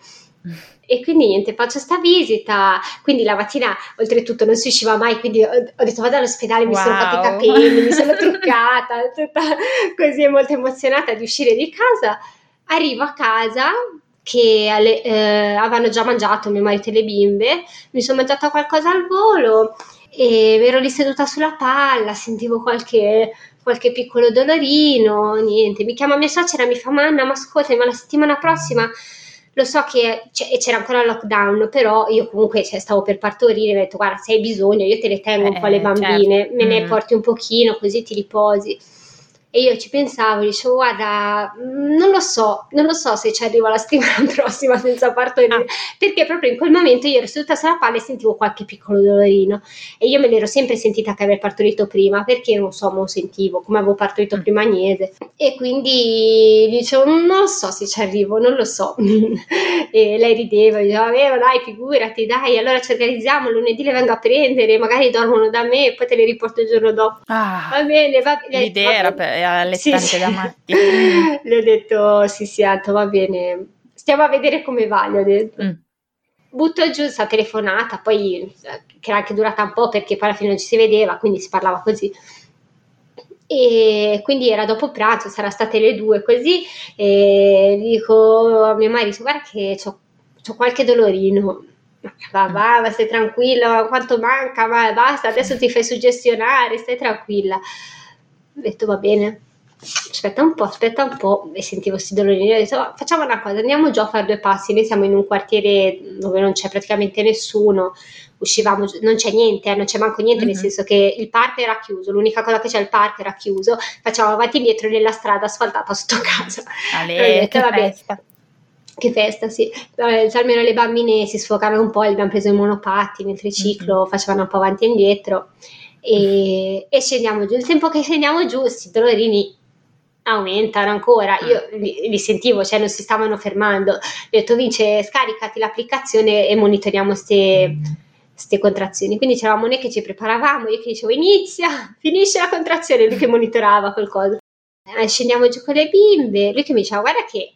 E quindi niente, faccio sta visita, quindi la mattina oltretutto non si usciva mai, quindi ho, ho detto vado all'ospedale, mi sono fatta i Wow. capelli, mi sono truccata, tutta così, molto emozionata di uscire di casa. Arrivo a casa che alle- eh, avevano già mangiato mio marito e le bimbe, mi sono mangiata qualcosa al volo e ero lì seduta sulla palla, sentivo qualche qualche piccolo dolorino, niente. Mi chiama mia suocera, mi fa: Manna, ma ascolta, ma la settimana prossima lo so che c'è- e c'era ancora il lockdown, però io comunque, cioè, stavo per partorire, mi ha detto: guarda, se hai bisogno, io te le tengo un po' le Eh, bambine, certo. me ne Mm. porti un pochino, così ti riposi. E io ci pensavo, dicevo, guarda, mh, non lo so, non lo so se ci arrivo la settimana prossima senza partorire, Ah. perché proprio in quel momento io ero seduta sulla palla e sentivo qualche piccolo dolorino, e io me l'ero sempre sentita che aver partorito prima, perché non so, non sentivo come avevo partorito Mm. prima Agnese, e quindi dicevo, non lo so se ci arrivo, non lo so. E lei rideva, diceva, vabbè, dai, figurati, dai, allora ci organizziamo, lunedì le vengo a prendere, magari dormono da me e poi te le riporto il giorno dopo. Ah, Va bene, va bene. l'idea Va era bene. per- era Sì, allettante sì. da matti. Mm. Le ho detto, sì, sì, Anto, va bene, stiamo a vedere come va, le ho detto. Mm. Butto giù questa telefonata, poi eh, che era anche durata un po', perché poi alla fine non ci si vedeva, quindi si parlava così. E quindi era dopo pranzo, sarà state le due così, e dico a mio marito, guarda che c'ho, c'ho qualche dolorino. Va, va, va, stai tranquilla, quanto manca, ma basta, adesso ti fai suggestionare, stai tranquilla. Ho detto, va bene, aspetta un po', aspetta un po', e sentivo questi dolorini, ho detto, facciamo una cosa, andiamo giù a fare due passi, noi siamo in un quartiere dove non c'è praticamente nessuno, uscivamo, non c'è niente, eh, non c'è manco niente, Mhm. nel senso che il parco era chiuso, l'unica cosa che c'è il parco era chiuso, facciamo avanti e indietro nella strada asfaltata sotto casa. Ale, E ho detto, che vabbè, festa. che festa, sì. Eh, almeno le bambine si sfogavano un po', le abbiamo preso il monopattino, il triciclo, Mhm. facevano un po' avanti e indietro. e, e scendiamo giù. Il tempo che scendiamo giù, questi dolorini aumentano ancora, io li, li sentivo, cioè non si stavano fermando. Ho detto Vince, scaricati l'applicazione e monitoriamo ste, ste contrazioni. Quindi c'eravamo noi che ci preparavamo, io che dicevo inizia, finisce la contrazione, lui che monitorava qualcosa. Eh, scendiamo giù con le bimbe, lui che mi diceva guarda che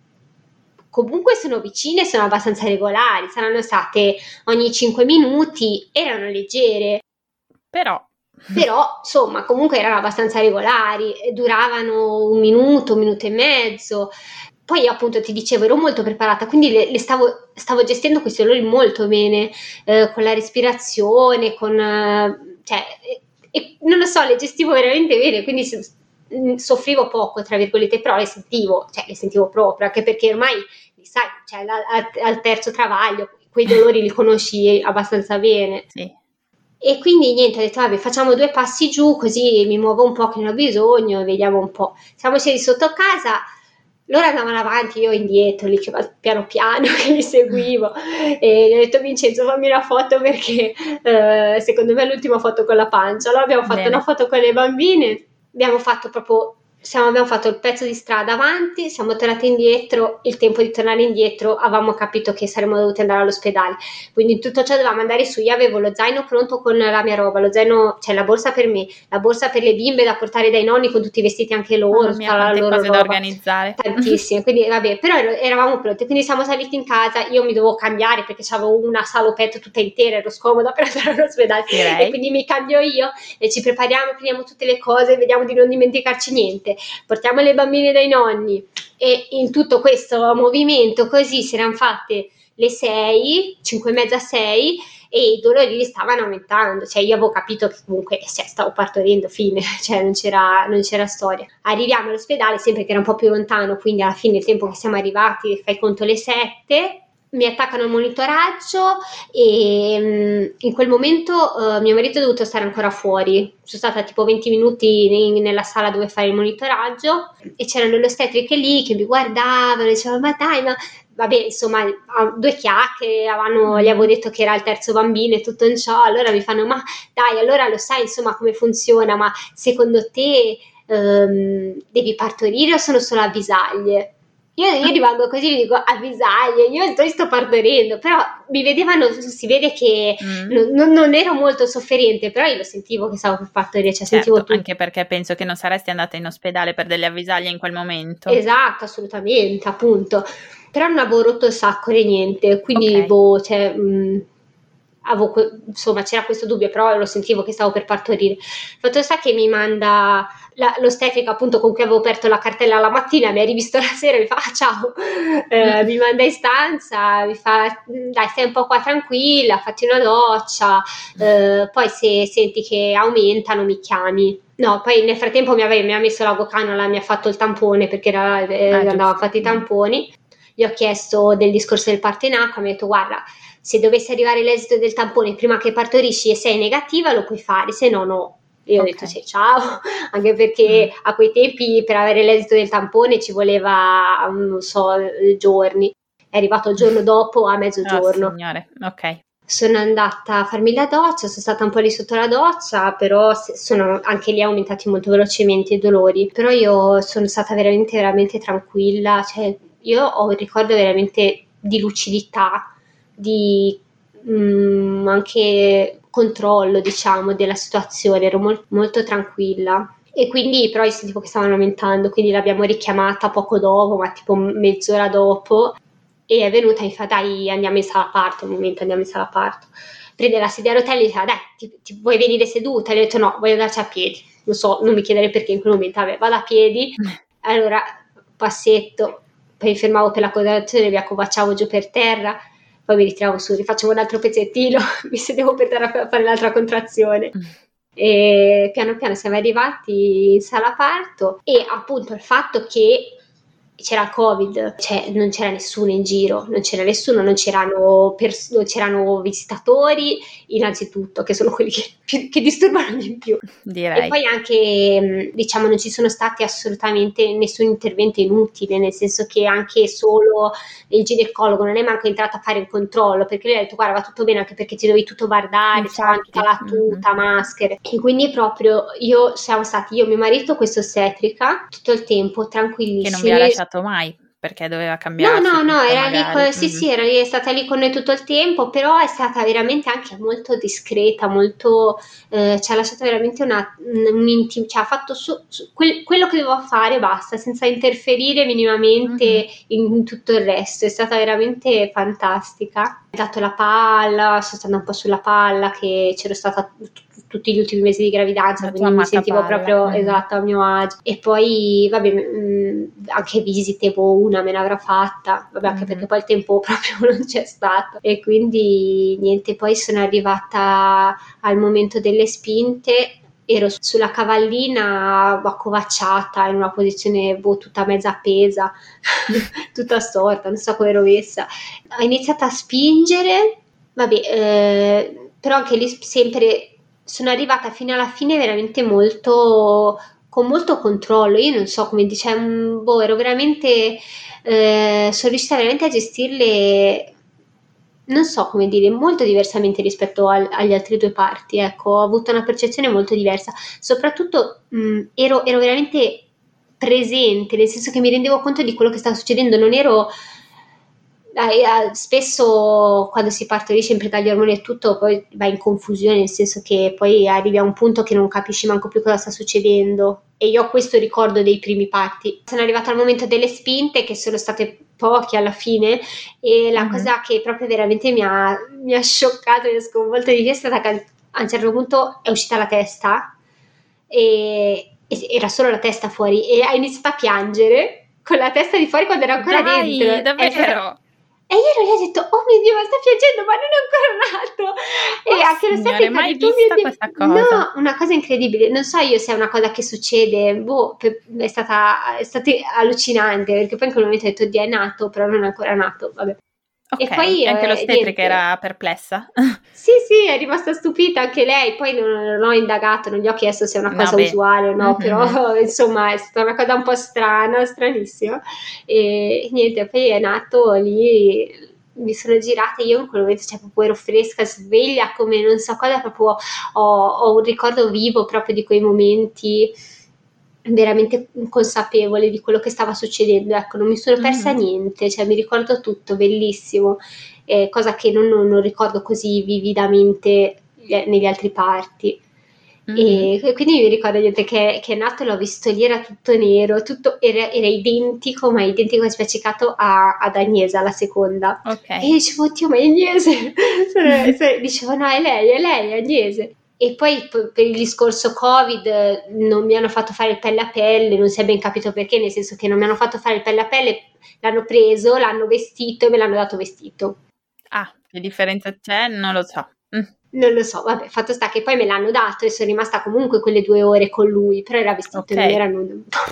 comunque sono vicine, sono abbastanza regolari, saranno state ogni cinque minuti, erano leggere. Però Però insomma comunque erano abbastanza regolari, duravano un minuto, un minuto e mezzo. Poi io appunto ti dicevo ero molto preparata, quindi le, le stavo, stavo gestendo questi dolori molto bene, eh, con la respirazione, con eh, cioè, e, e non lo so, le gestivo veramente bene, quindi so, soffrivo poco tra virgolette, però le sentivo, cioè le sentivo proprio, anche perché ormai sai, cioè, al, al terzo travaglio quei dolori li conosci abbastanza bene. Sì. E quindi niente, ho detto vabbè facciamo due passi giù così mi muovo un po' che ne ho bisogno e vediamo un po'. Siamo scesi sotto casa, loro andavano avanti, io indietro, lì che piano piano che li seguivo e gli ho detto Vincenzo fammi una foto perché eh, secondo me è l'ultima foto con la pancia. Allora abbiamo fatto Bene. una foto con le bambine, abbiamo fatto proprio siamo, abbiamo fatto il pezzo di strada avanti, siamo tornati indietro, il tempo di tornare indietro avevamo capito che saremmo dovuti andare all'ospedale, quindi in tutto ciò dovevamo andare su, io avevo lo zaino pronto con la mia roba, lo zaino, cioè la borsa per me, la borsa per le bimbe da portare dai nonni con tutti i vestiti anche loro, Mamma mia, tutta la quante loro cose roba, da organizzare. tantissime, quindi vabbè, però eravamo pronti, quindi siamo saliti in casa, io mi dovevo cambiare perché avevo una salopetto tutta intera, ero scomoda per andare all'ospedale, Direi. e quindi mi cambio io e ci prepariamo, prendiamo tutte le cose, vediamo di non dimenticarci niente, portiamo le bambine dai nonni e in tutto questo movimento così si erano fatte le sei, cinque e mezza, sei e i dolori li stavano aumentando, cioè io avevo capito che comunque cioè, stavo partorendo, fine, cioè non c'era, non c'era storia. Arriviamo all'ospedale sempre che era un po' più lontano, quindi alla fine il tempo che siamo arrivati, fai conto le sette, mi attaccano il monitoraggio e um, in quel momento uh, mio marito è dovuto stare ancora fuori, sono stata tipo venti minuti in, nella sala dove fare il monitoraggio e c'erano le ostetriche lì che mi guardavano e dicevano ma dai ma vabbè insomma due chiacchiere avevano, gli avevo detto che era il terzo bambino e tutto in ciò, allora mi fanno ma dai allora lo sai insomma come funziona, ma secondo te um, devi partorire o sono solo avvisaglie? Io, io rimango così, mi dico avvisaglie, io sto, sto partorendo, però mi vedevano, si vede che Mm. non, non ero molto sofferente, però io lo sentivo che stavo per partorire, cioè Certo, sentivo tutto. anche perché penso che non saresti andata in ospedale per delle avvisaglie in quel momento. Esatto, assolutamente, appunto, però non avevo rotto il sacco né niente, quindi Ok. boh, cioè, mh, avevo, insomma c'era questo dubbio, però lo sentivo che stavo per partorire. Fatto sta che mi manda la, l'ostetrica appunto con cui avevo aperto la cartella la mattina, mi ha rivisto la sera e mi fa ah, ciao, eh, mi manda in stanza, mi fa dai stai un po' qua tranquilla, fatti una doccia, eh, poi se senti che aumentano mi chiami. No, poi nel frattempo mi aveva, mi ha messo la gocanola, mi ha fatto il tampone perché era, eh, Ah, andava giusto. fatti i tamponi, gli ho chiesto del discorso del parto in acqua, mi ha detto guarda se dovesse arrivare l'esito del tampone prima che partorisci e sei negativa lo puoi fare, se no no. Io Ok. ho detto sì, ciao, anche perché Mm. a quei tempi per avere l'esito del tampone ci voleva, non so, giorni. È arrivato il giorno dopo a Oh, mezzogiorno. signore, ok. Sono andata a farmi la doccia, sono stata un po' lì sotto la doccia, però sono anche lì aumentati molto velocemente i dolori. Però io sono stata veramente, veramente tranquilla. Cioè, io ho un ricordo veramente di lucidità, di mh, anche controllo, diciamo, della situazione. Ero mol- molto tranquilla. E quindi però io sentivo che stavano aumentando, quindi l'abbiamo richiamata poco dopo, ma tipo mezz'ora dopo. E è venuta e mi fa dai andiamo in sala parto, un momento andiamo in sala parto, prende la sedia a rotelle e dice dai ti, ti vuoi venire seduta? E ho detto no, voglio andarci a piedi, non so, non mi chiedere perché in quel momento, vabbè vado a piedi, allora passetto, poi mi fermavo per la colazione, mi accovacciavo giù per terra, poi mi ritiravo su, rifacevo un altro pezzettino, mi sedevo per terra per fare l'altra contrazione. E piano piano siamo arrivati in sala parto e appunto il fatto che c'era Covid, cioè non c'era nessuno in giro, non c'era nessuno, non c'erano, pers- non c'erano visitatori, innanzitutto, che sono quelli che, più, che disturbano di più. Direi. E poi anche, diciamo, non ci sono stati assolutamente nessun intervento inutile, nel senso che anche solo il ginecologo non è manco entrato a fare il controllo, perché lui ha detto guarda va tutto bene, anche perché ti dovevi tutto guardare, c'era tutta la tuta, mm-hmm. maschere, e quindi proprio io siamo stati, io, mio marito, questa ostetrica tutto il tempo, tranquillissimi. Che non vi ha lasciato mai, perché doveva cambiare. No, no, no, era magari. lì con, sì, mm-hmm. sì, era lì, è stata lì con noi tutto il tempo, però è stata veramente anche molto discreta, molto, eh, ci ha lasciato veramente una, un intim- cioè ha fatto su, su quel, quello che doveva fare, basta, senza interferire minimamente mm-hmm. in, in tutto il resto, è stata veramente fantastica. Ha dato la palla, sono stata un po' sulla palla, che c'ero stata t- tutti gli ultimi mesi di gravidanza, quindi mi sentivo palla. proprio mm-hmm. esatto a mio agio. E poi, vabbè, mh, anche visite, boh, una me ne avrà fatta, vabbè, anche mm-hmm. perché poi il tempo proprio non c'è stato, e quindi niente, poi sono arrivata al momento delle spinte, ero sulla cavallina accovacciata in una posizione boh, tutta mezza appesa, tutta storta, non so come ero messa. Ho iniziato a spingere, vabbè, eh, però anche lì sempre sono arrivata fino alla fine veramente molto, con molto controllo. Io non so come dice, boh, ero veramente, eh, sono riuscita veramente a gestirle, non so come dire, molto diversamente rispetto al, agli altri due parti. Ecco, ho avuto una percezione molto diversa. Soprattutto mh, ero, ero veramente presente, nel senso che mi rendevo conto di quello che stava succedendo, non ero... Spesso quando si partorisce sempre dagli ormoni e tutto poi va in confusione, nel senso che poi arrivi a un punto che non capisci manco più cosa sta succedendo, e io ho questo ricordo dei primi parti. Sono arrivata al momento delle spinte, che sono state poche alla fine, e la mm-hmm. cosa che proprio veramente mi ha, mi ha scioccato, mi ha sconvolto di più è stata che a un certo punto è uscita la testa e, e era solo la testa fuori, e ha iniziato a piangere con la testa di fuori quando era ancora Dai, dentro. davvero? E io ero lì e ho detto, oh mio Dio, ma sta piangendo, ma non è ancora nato. Oh, e anche lo signore, mai vista questa cosa? No, una cosa incredibile. Non so io se è una cosa che succede, boh, è stata, è stata allucinante, perché poi in quel momento ho detto, Dio, è nato, però non è ancora nato, vabbè. Ok, e poi anche eh, l'ostetrica era perplessa? Sì, sì, è rimasta stupita anche lei, poi non, non ho indagato, non gli ho chiesto se è una cosa no, usuale o no, mm-hmm. però insomma è stata una cosa un po' strana, stranissima, e niente, poi è nato lì, mi sono girata, io in quel momento cioè, proprio ero fresca, sveglia, come non so cosa, proprio ho, ho un ricordo vivo proprio di quei momenti, veramente consapevole di quello che stava succedendo, ecco, non mi sono persa mm. niente, cioè mi ricordo tutto, bellissimo, eh, cosa che non, non, non ricordo così vividamente negli altri parti. Mm. E quindi mi ricordo niente, che, che è nato, l'ho visto lì, era tutto nero, tutto era, era identico, ma identico e spaccicato a, ad Agnesa, la seconda. Okay. E dicevo, oddio, ma è Agnese! Dicevo, no, è lei, è lei, è Agnese. E poi per il discorso Covid non mi hanno fatto fare il pelle a pelle, non si è ben capito perché, nel senso che non mi hanno fatto fare il pelle a pelle, l'hanno preso, l'hanno vestito e me l'hanno dato vestito. Ah, che differenza c'è? Non lo so. Mm. Non lo so, vabbè, fatto sta che poi me l'hanno dato e sono rimasta comunque quelle due ore con lui, però era vestito, okay. Non erano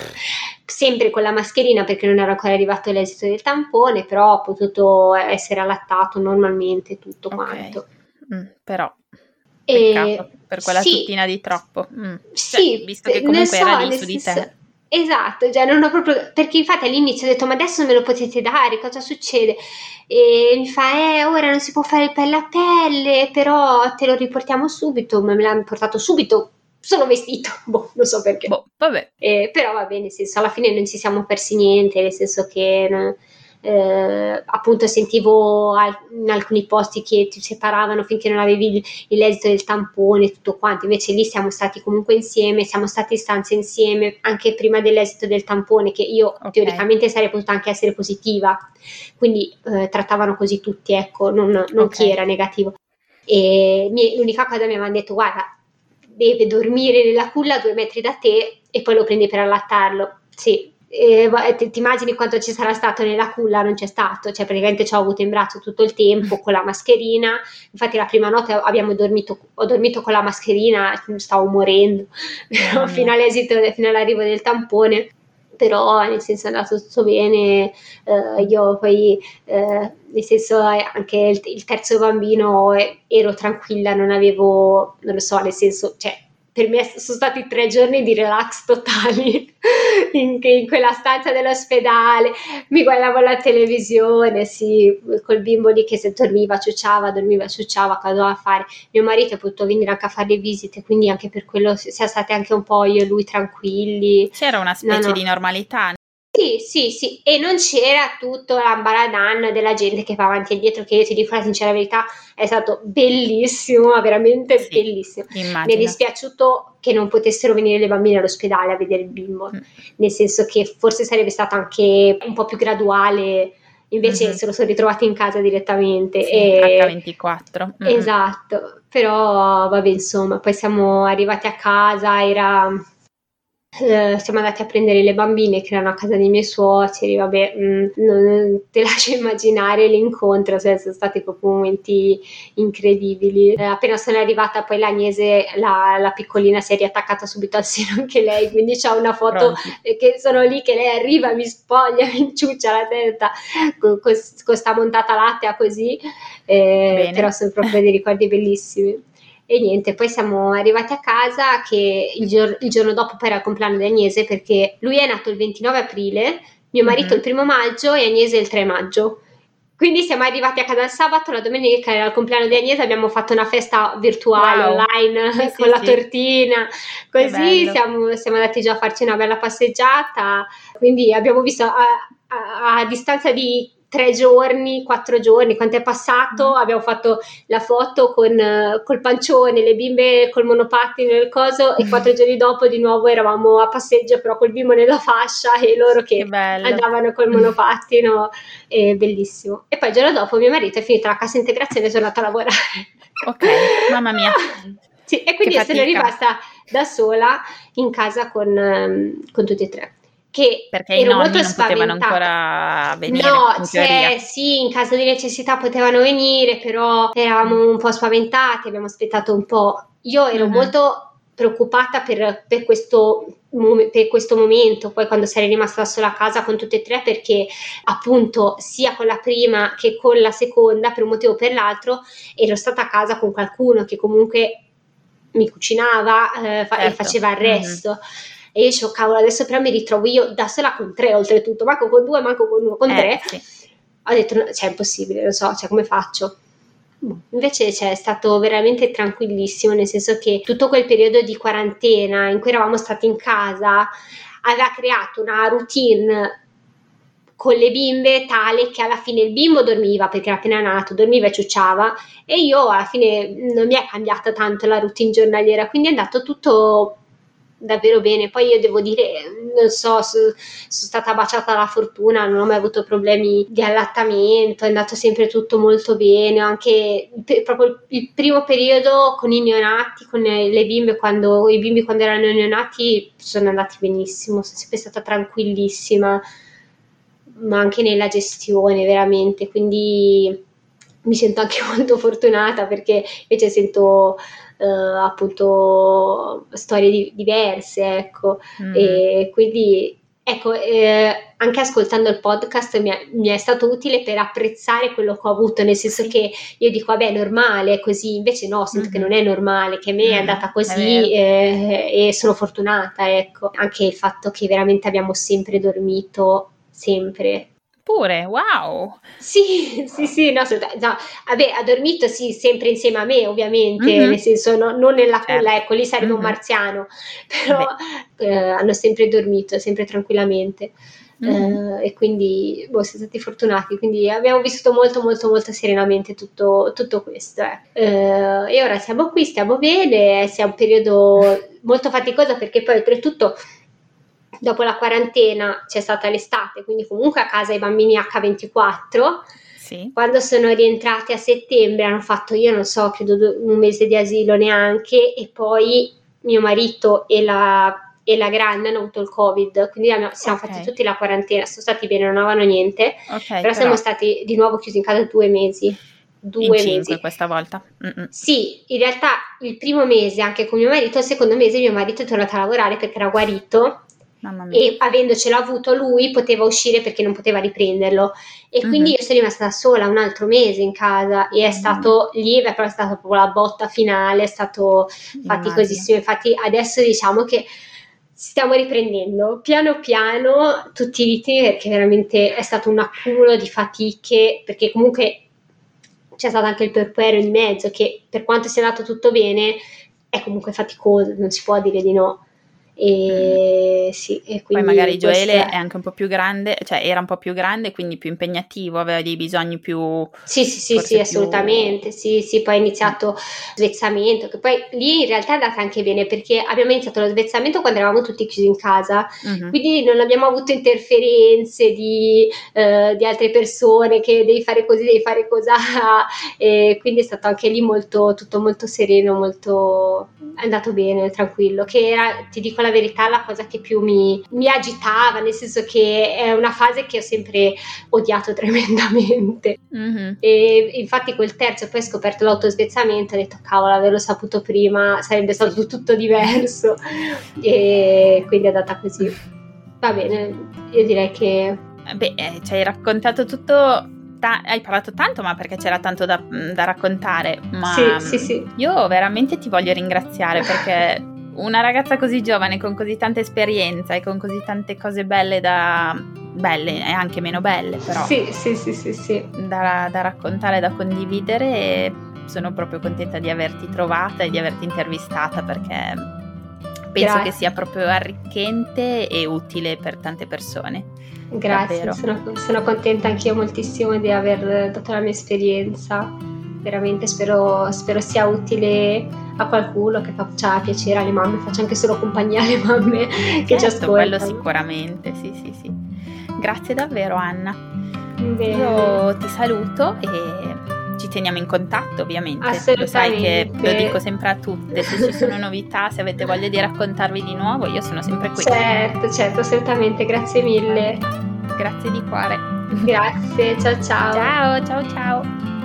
sempre con la mascherina perché non era ancora arrivato l'esito del tampone, però ho potuto essere allattato normalmente, tutto okay. quanto. Mm, però... Peccato, per quella sì, tuttina di troppo. Mm. Sì, cioè, visto che comunque so, era lì su di te. Esatto, cioè non ho proprio, perché infatti all'inizio ho detto ma adesso me lo potete dare, cosa succede? E mi fa eh ora non si può fare il pelle a pelle, però te lo riportiamo subito, ma me l'hanno portato subito, sono vestito, boh, non so perché. Boh, vabbè. Eh, però va bene, nel senso alla fine non ci siamo persi niente, nel senso che... Eh, appunto sentivo al- in alcuni posti che ti separavano finché non avevi il, l'esito del tampone e tutto quanto, invece lì siamo stati comunque insieme, siamo stati in stanza insieme anche prima dell'esito del tampone, che io okay. teoricamente sarei potuta anche essere positiva, quindi eh, trattavano così tutti, ecco, non, non okay. chi era negativo. E mi, l'unica cosa mi avevano detto guarda, deve dormire nella culla a due metri da te e poi lo prendi per allattarlo. Sì. Eh, ti, ti immagini quanto ci sarà stato nella culla? Non c'è stato, cioè praticamente ci ho avuto in braccio tutto il tempo con la mascherina, infatti la prima notte abbiamo dormito, ho dormito con la mascherina, stavo morendo fino all'esito, fino all'arrivo del tampone, però nel senso è andato tutto bene, eh, io poi eh, nel senso anche il, il terzo bambino eh, ero tranquilla, non avevo, non lo so, nel senso, cioè per me sono stati tre giorni di relax totali in, in quella stanza dell'ospedale, mi guardavo la televisione, sì, col bimbo lì che se dormiva, ciucciava, dormiva, ciucciava, cosa doveva fare. Mio marito è potuto venire anche a fare le visite, quindi anche per quello siamo state anche un po' io e lui tranquilli. C'era una specie no, no. di normalità. Sì, sì, sì, e non c'era tutto l'ambaradan della gente che va avanti e dietro, che io ti dico la sincera verità, è stato bellissimo, veramente Sì, bellissimo. immagino. Mi è dispiaciuto che non potessero venire le bambine all'ospedale a vedere il bimbo, mm. nel senso che forse sarebbe stato anche un po' più graduale, invece mm-hmm. se lo sono ritrovati in casa direttamente. Sì, e... acca ventiquattro. Mm-hmm. Esatto, però vabbè insomma, poi siamo arrivati a casa, era... Uh, siamo andati a prendere le bambine che erano a casa dei miei suoceri, vabbè, mh, non te lascio immaginare l'incontro, cioè, sono stati proprio momenti incredibili. Uh, appena sono arrivata poi l'Agnese, la, la piccolina, si è riattaccata subito al seno anche lei, quindi c'ho una foto eh, che sono lì che lei arriva, mi spoglia, mi inciuccia la testa con, con, con sta montata lattea così, eh, però sono proprio dei ricordi bellissimi. E niente, poi siamo arrivati a casa che il, gior- il giorno dopo poi era il compleanno di Agnese, perché lui è nato il ventinove aprile, mio marito mm-hmm. il primo maggio e Agnese il tre maggio. Quindi siamo arrivati a casa il sabato, la domenica era il compleanno di Agnese, abbiamo fatto una festa virtuale, wow. online, sì, con sì, la sì. tortina, così siamo, siamo andati già a farci una bella passeggiata, quindi abbiamo visto a, a, a distanza di tre giorni, quattro giorni, quanto è passato, mm. abbiamo fatto la foto con col pancione, le bimbe col monopattino e il coso, e quattro giorni dopo di nuovo eravamo a passeggio però col bimbo nella fascia e loro che, che andavano col monopattino, è bellissimo. E poi il giorno dopo mio marito è finito la cassa integrazione e è tornato a lavorare. Ok, mamma mia. Sì, e quindi io sono rimasta da sola in casa con, con tutti e tre. Che perché i nonni non potevano ancora venire, no, in teoria. Cioè, sì, in caso di necessità potevano venire, però eravamo un po' spaventati, abbiamo aspettato un po'. Io ero mm-hmm. molto preoccupata per, per, questo, per questo momento, poi quando sarei rimasta da sola a casa con tutte e tre, perché appunto sia con la prima che con la seconda, per un motivo o per l'altro, ero stata a casa con qualcuno che comunque mi cucinava eh, fa- certo. e faceva il resto. Mm-hmm. E io dicevo, cavolo, adesso però mi ritrovo io da sola con tre, oltretutto, manco con due, manco con uno, con eh, tre. Sì. Ho detto, no, cioè, è impossibile, lo so, cioè, come faccio? Invece cioè, è stato veramente tranquillissimo, nel senso che tutto quel periodo di quarantena in cui eravamo stati in casa aveva creato una routine con le bimbe tale che alla fine il bimbo dormiva, perché era appena nato, dormiva e ciucciava, e io alla fine non mi è cambiata tanto la routine giornaliera, quindi è andato tutto davvero bene. Poi io devo dire, non so, so, sono stata baciata dalla fortuna, non ho mai avuto problemi di allattamento, è andato sempre tutto molto bene, anche il, proprio il primo periodo con i neonati, con le bimbe, quando i bimbi quando erano neonati sono andati benissimo, sono sempre stata tranquillissima, ma anche nella gestione veramente, quindi mi sento anche molto fortunata, perché invece sento Uh, appunto storie di- diverse, ecco, mm. e quindi ecco, eh, anche ascoltando il podcast mi è, mi è stato utile per apprezzare quello che ho avuto, nel senso sì. che io dico vabbè è normale, è così, invece no, sento mm-hmm. che non è normale, che a me mm, è andata così è eh, e sono fortunata, ecco, anche il fatto che veramente abbiamo sempre dormito, sempre. Pure, wow! Sì, sì, sì, no, no, vabbè, ha dormito sì, sempre insieme a me, ovviamente, mm-hmm. nel senso no, non nella culla, certo. ecco, lì sarebbe mm-hmm. un marziano, però eh, hanno sempre dormito, sempre tranquillamente, mm-hmm. eh, e quindi boh, siamo stati fortunati, quindi abbiamo vissuto molto, molto, molto serenamente tutto, tutto questo, eh. Eh, e ora siamo qui, stiamo bene, sia un periodo molto faticoso, perché poi oltretutto dopo la quarantena c'è stata l'estate, quindi comunque a casa i bambini acca ventiquattro. Sì. Quando sono rientrati a settembre hanno fatto, io non so, credo un mese di asilo neanche, e poi mio marito e la, e la grande hanno avuto il Covid, quindi siamo okay. fatti tutti la quarantena, sono stati bene, non avevano niente, okay, però, però siamo stati di nuovo chiusi in casa due mesi. Due in cinque mesi. Questa volta. Mm-mm. Sì, in realtà il primo mese anche con mio marito, il secondo mese mio marito è tornato a lavorare perché era guarito. Mamma mia. E avendocelo avuto lui poteva uscire perché non poteva riprenderlo, e quindi Mm-hmm. io sono rimasta da sola un altro mese in casa, e è stato lì, è però stata proprio la botta finale, è stato faticosissimo. Infatti adesso diciamo che stiamo riprendendo piano piano tutti i ritmi, perché veramente è stato un accumulo di fatiche, perché comunque c'è stato anche il puerperio in mezzo, che per quanto sia andato tutto bene è comunque faticoso, non si può dire di no. E mm. sì, e quindi poi magari Gioele è... è anche un po' più grande, cioè era un po' più grande, quindi più impegnativo, aveva dei bisogni più... Sì, sì, sì, sì, assolutamente, più... sì, sì, poi è iniziato svezzamento, che poi lì in realtà è andata anche bene, perché abbiamo iniziato lo svezzamento quando eravamo tutti chiusi in casa, mm-hmm. quindi non abbiamo avuto interferenze di, eh, di altre persone che devi fare così, devi fare cos'ha, e quindi è stato anche lì molto, tutto molto sereno, molto... è andato bene, tranquillo, che era, ti dico la verità, la cosa che più mi, mi agitava, nel senso che è una fase che ho sempre odiato tremendamente. Mm-hmm. E infatti col terzo poi ho scoperto l'autosvezzamento, ho detto cavolo, averlo saputo prima sarebbe stato sì. tutto diverso, e quindi è andata così. Va bene, io direi che... Beh, ci hai raccontato tutto... hai parlato tanto, ma perché c'era tanto da, da raccontare, ma sì, sì, sì. io veramente ti voglio ringraziare, perché una ragazza così giovane, con così tanta esperienza e con così tante cose belle da belle e anche meno belle, però sì, sì, sì, sì, sì. Da, da raccontare, da condividere, e sono proprio contenta di averti trovata e di averti intervistata, perché penso Grazie. Che sia proprio arricchente e utile per tante persone. Grazie, sono, sono contenta anch'io moltissimo di aver dato la mia esperienza, veramente spero, spero sia utile a qualcuno, che faccia piacere alle mamme, faccia anche solo compagnia alle mamme certo, che ci ascoltano. Quello sicuramente, sì sì sì. Grazie davvero Anna. Bene. Io ti saluto e ci teniamo in contatto, ovviamente. Assolutamente. Lo sai che lo dico sempre a tutte, se ci sono novità, se avete voglia di raccontarvi di nuovo, io sono sempre qui. Certo, certo, assolutamente, grazie mille. Grazie di cuore. Grazie, ciao ciao. Ciao, ciao, ciao.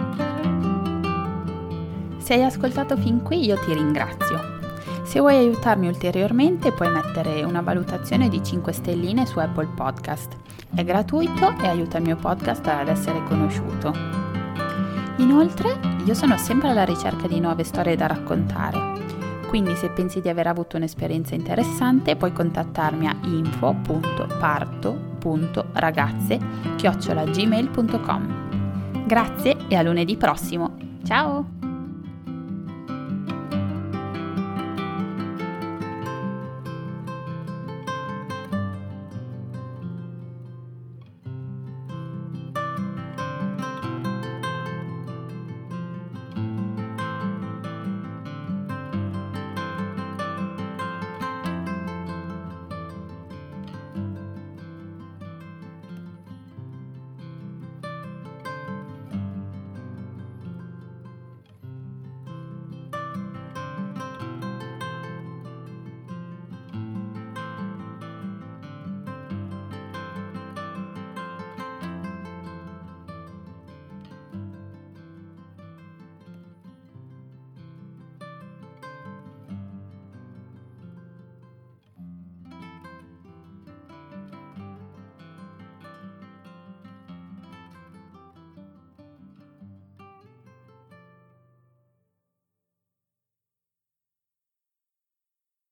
Se hai ascoltato fin qui io ti ringrazio. Se vuoi aiutarmi ulteriormente puoi mettere una valutazione di cinque stelline su Apple Podcast. È gratuito e aiuta il mio podcast ad essere conosciuto. Inoltre, io sono sempre alla ricerca di nuove storie da raccontare. Quindi se pensi di aver avuto un'esperienza interessante puoi contattarmi a info punto parto punto ragazze chiocciola gmail punto com. Grazie e a lunedì prossimo. Ciao!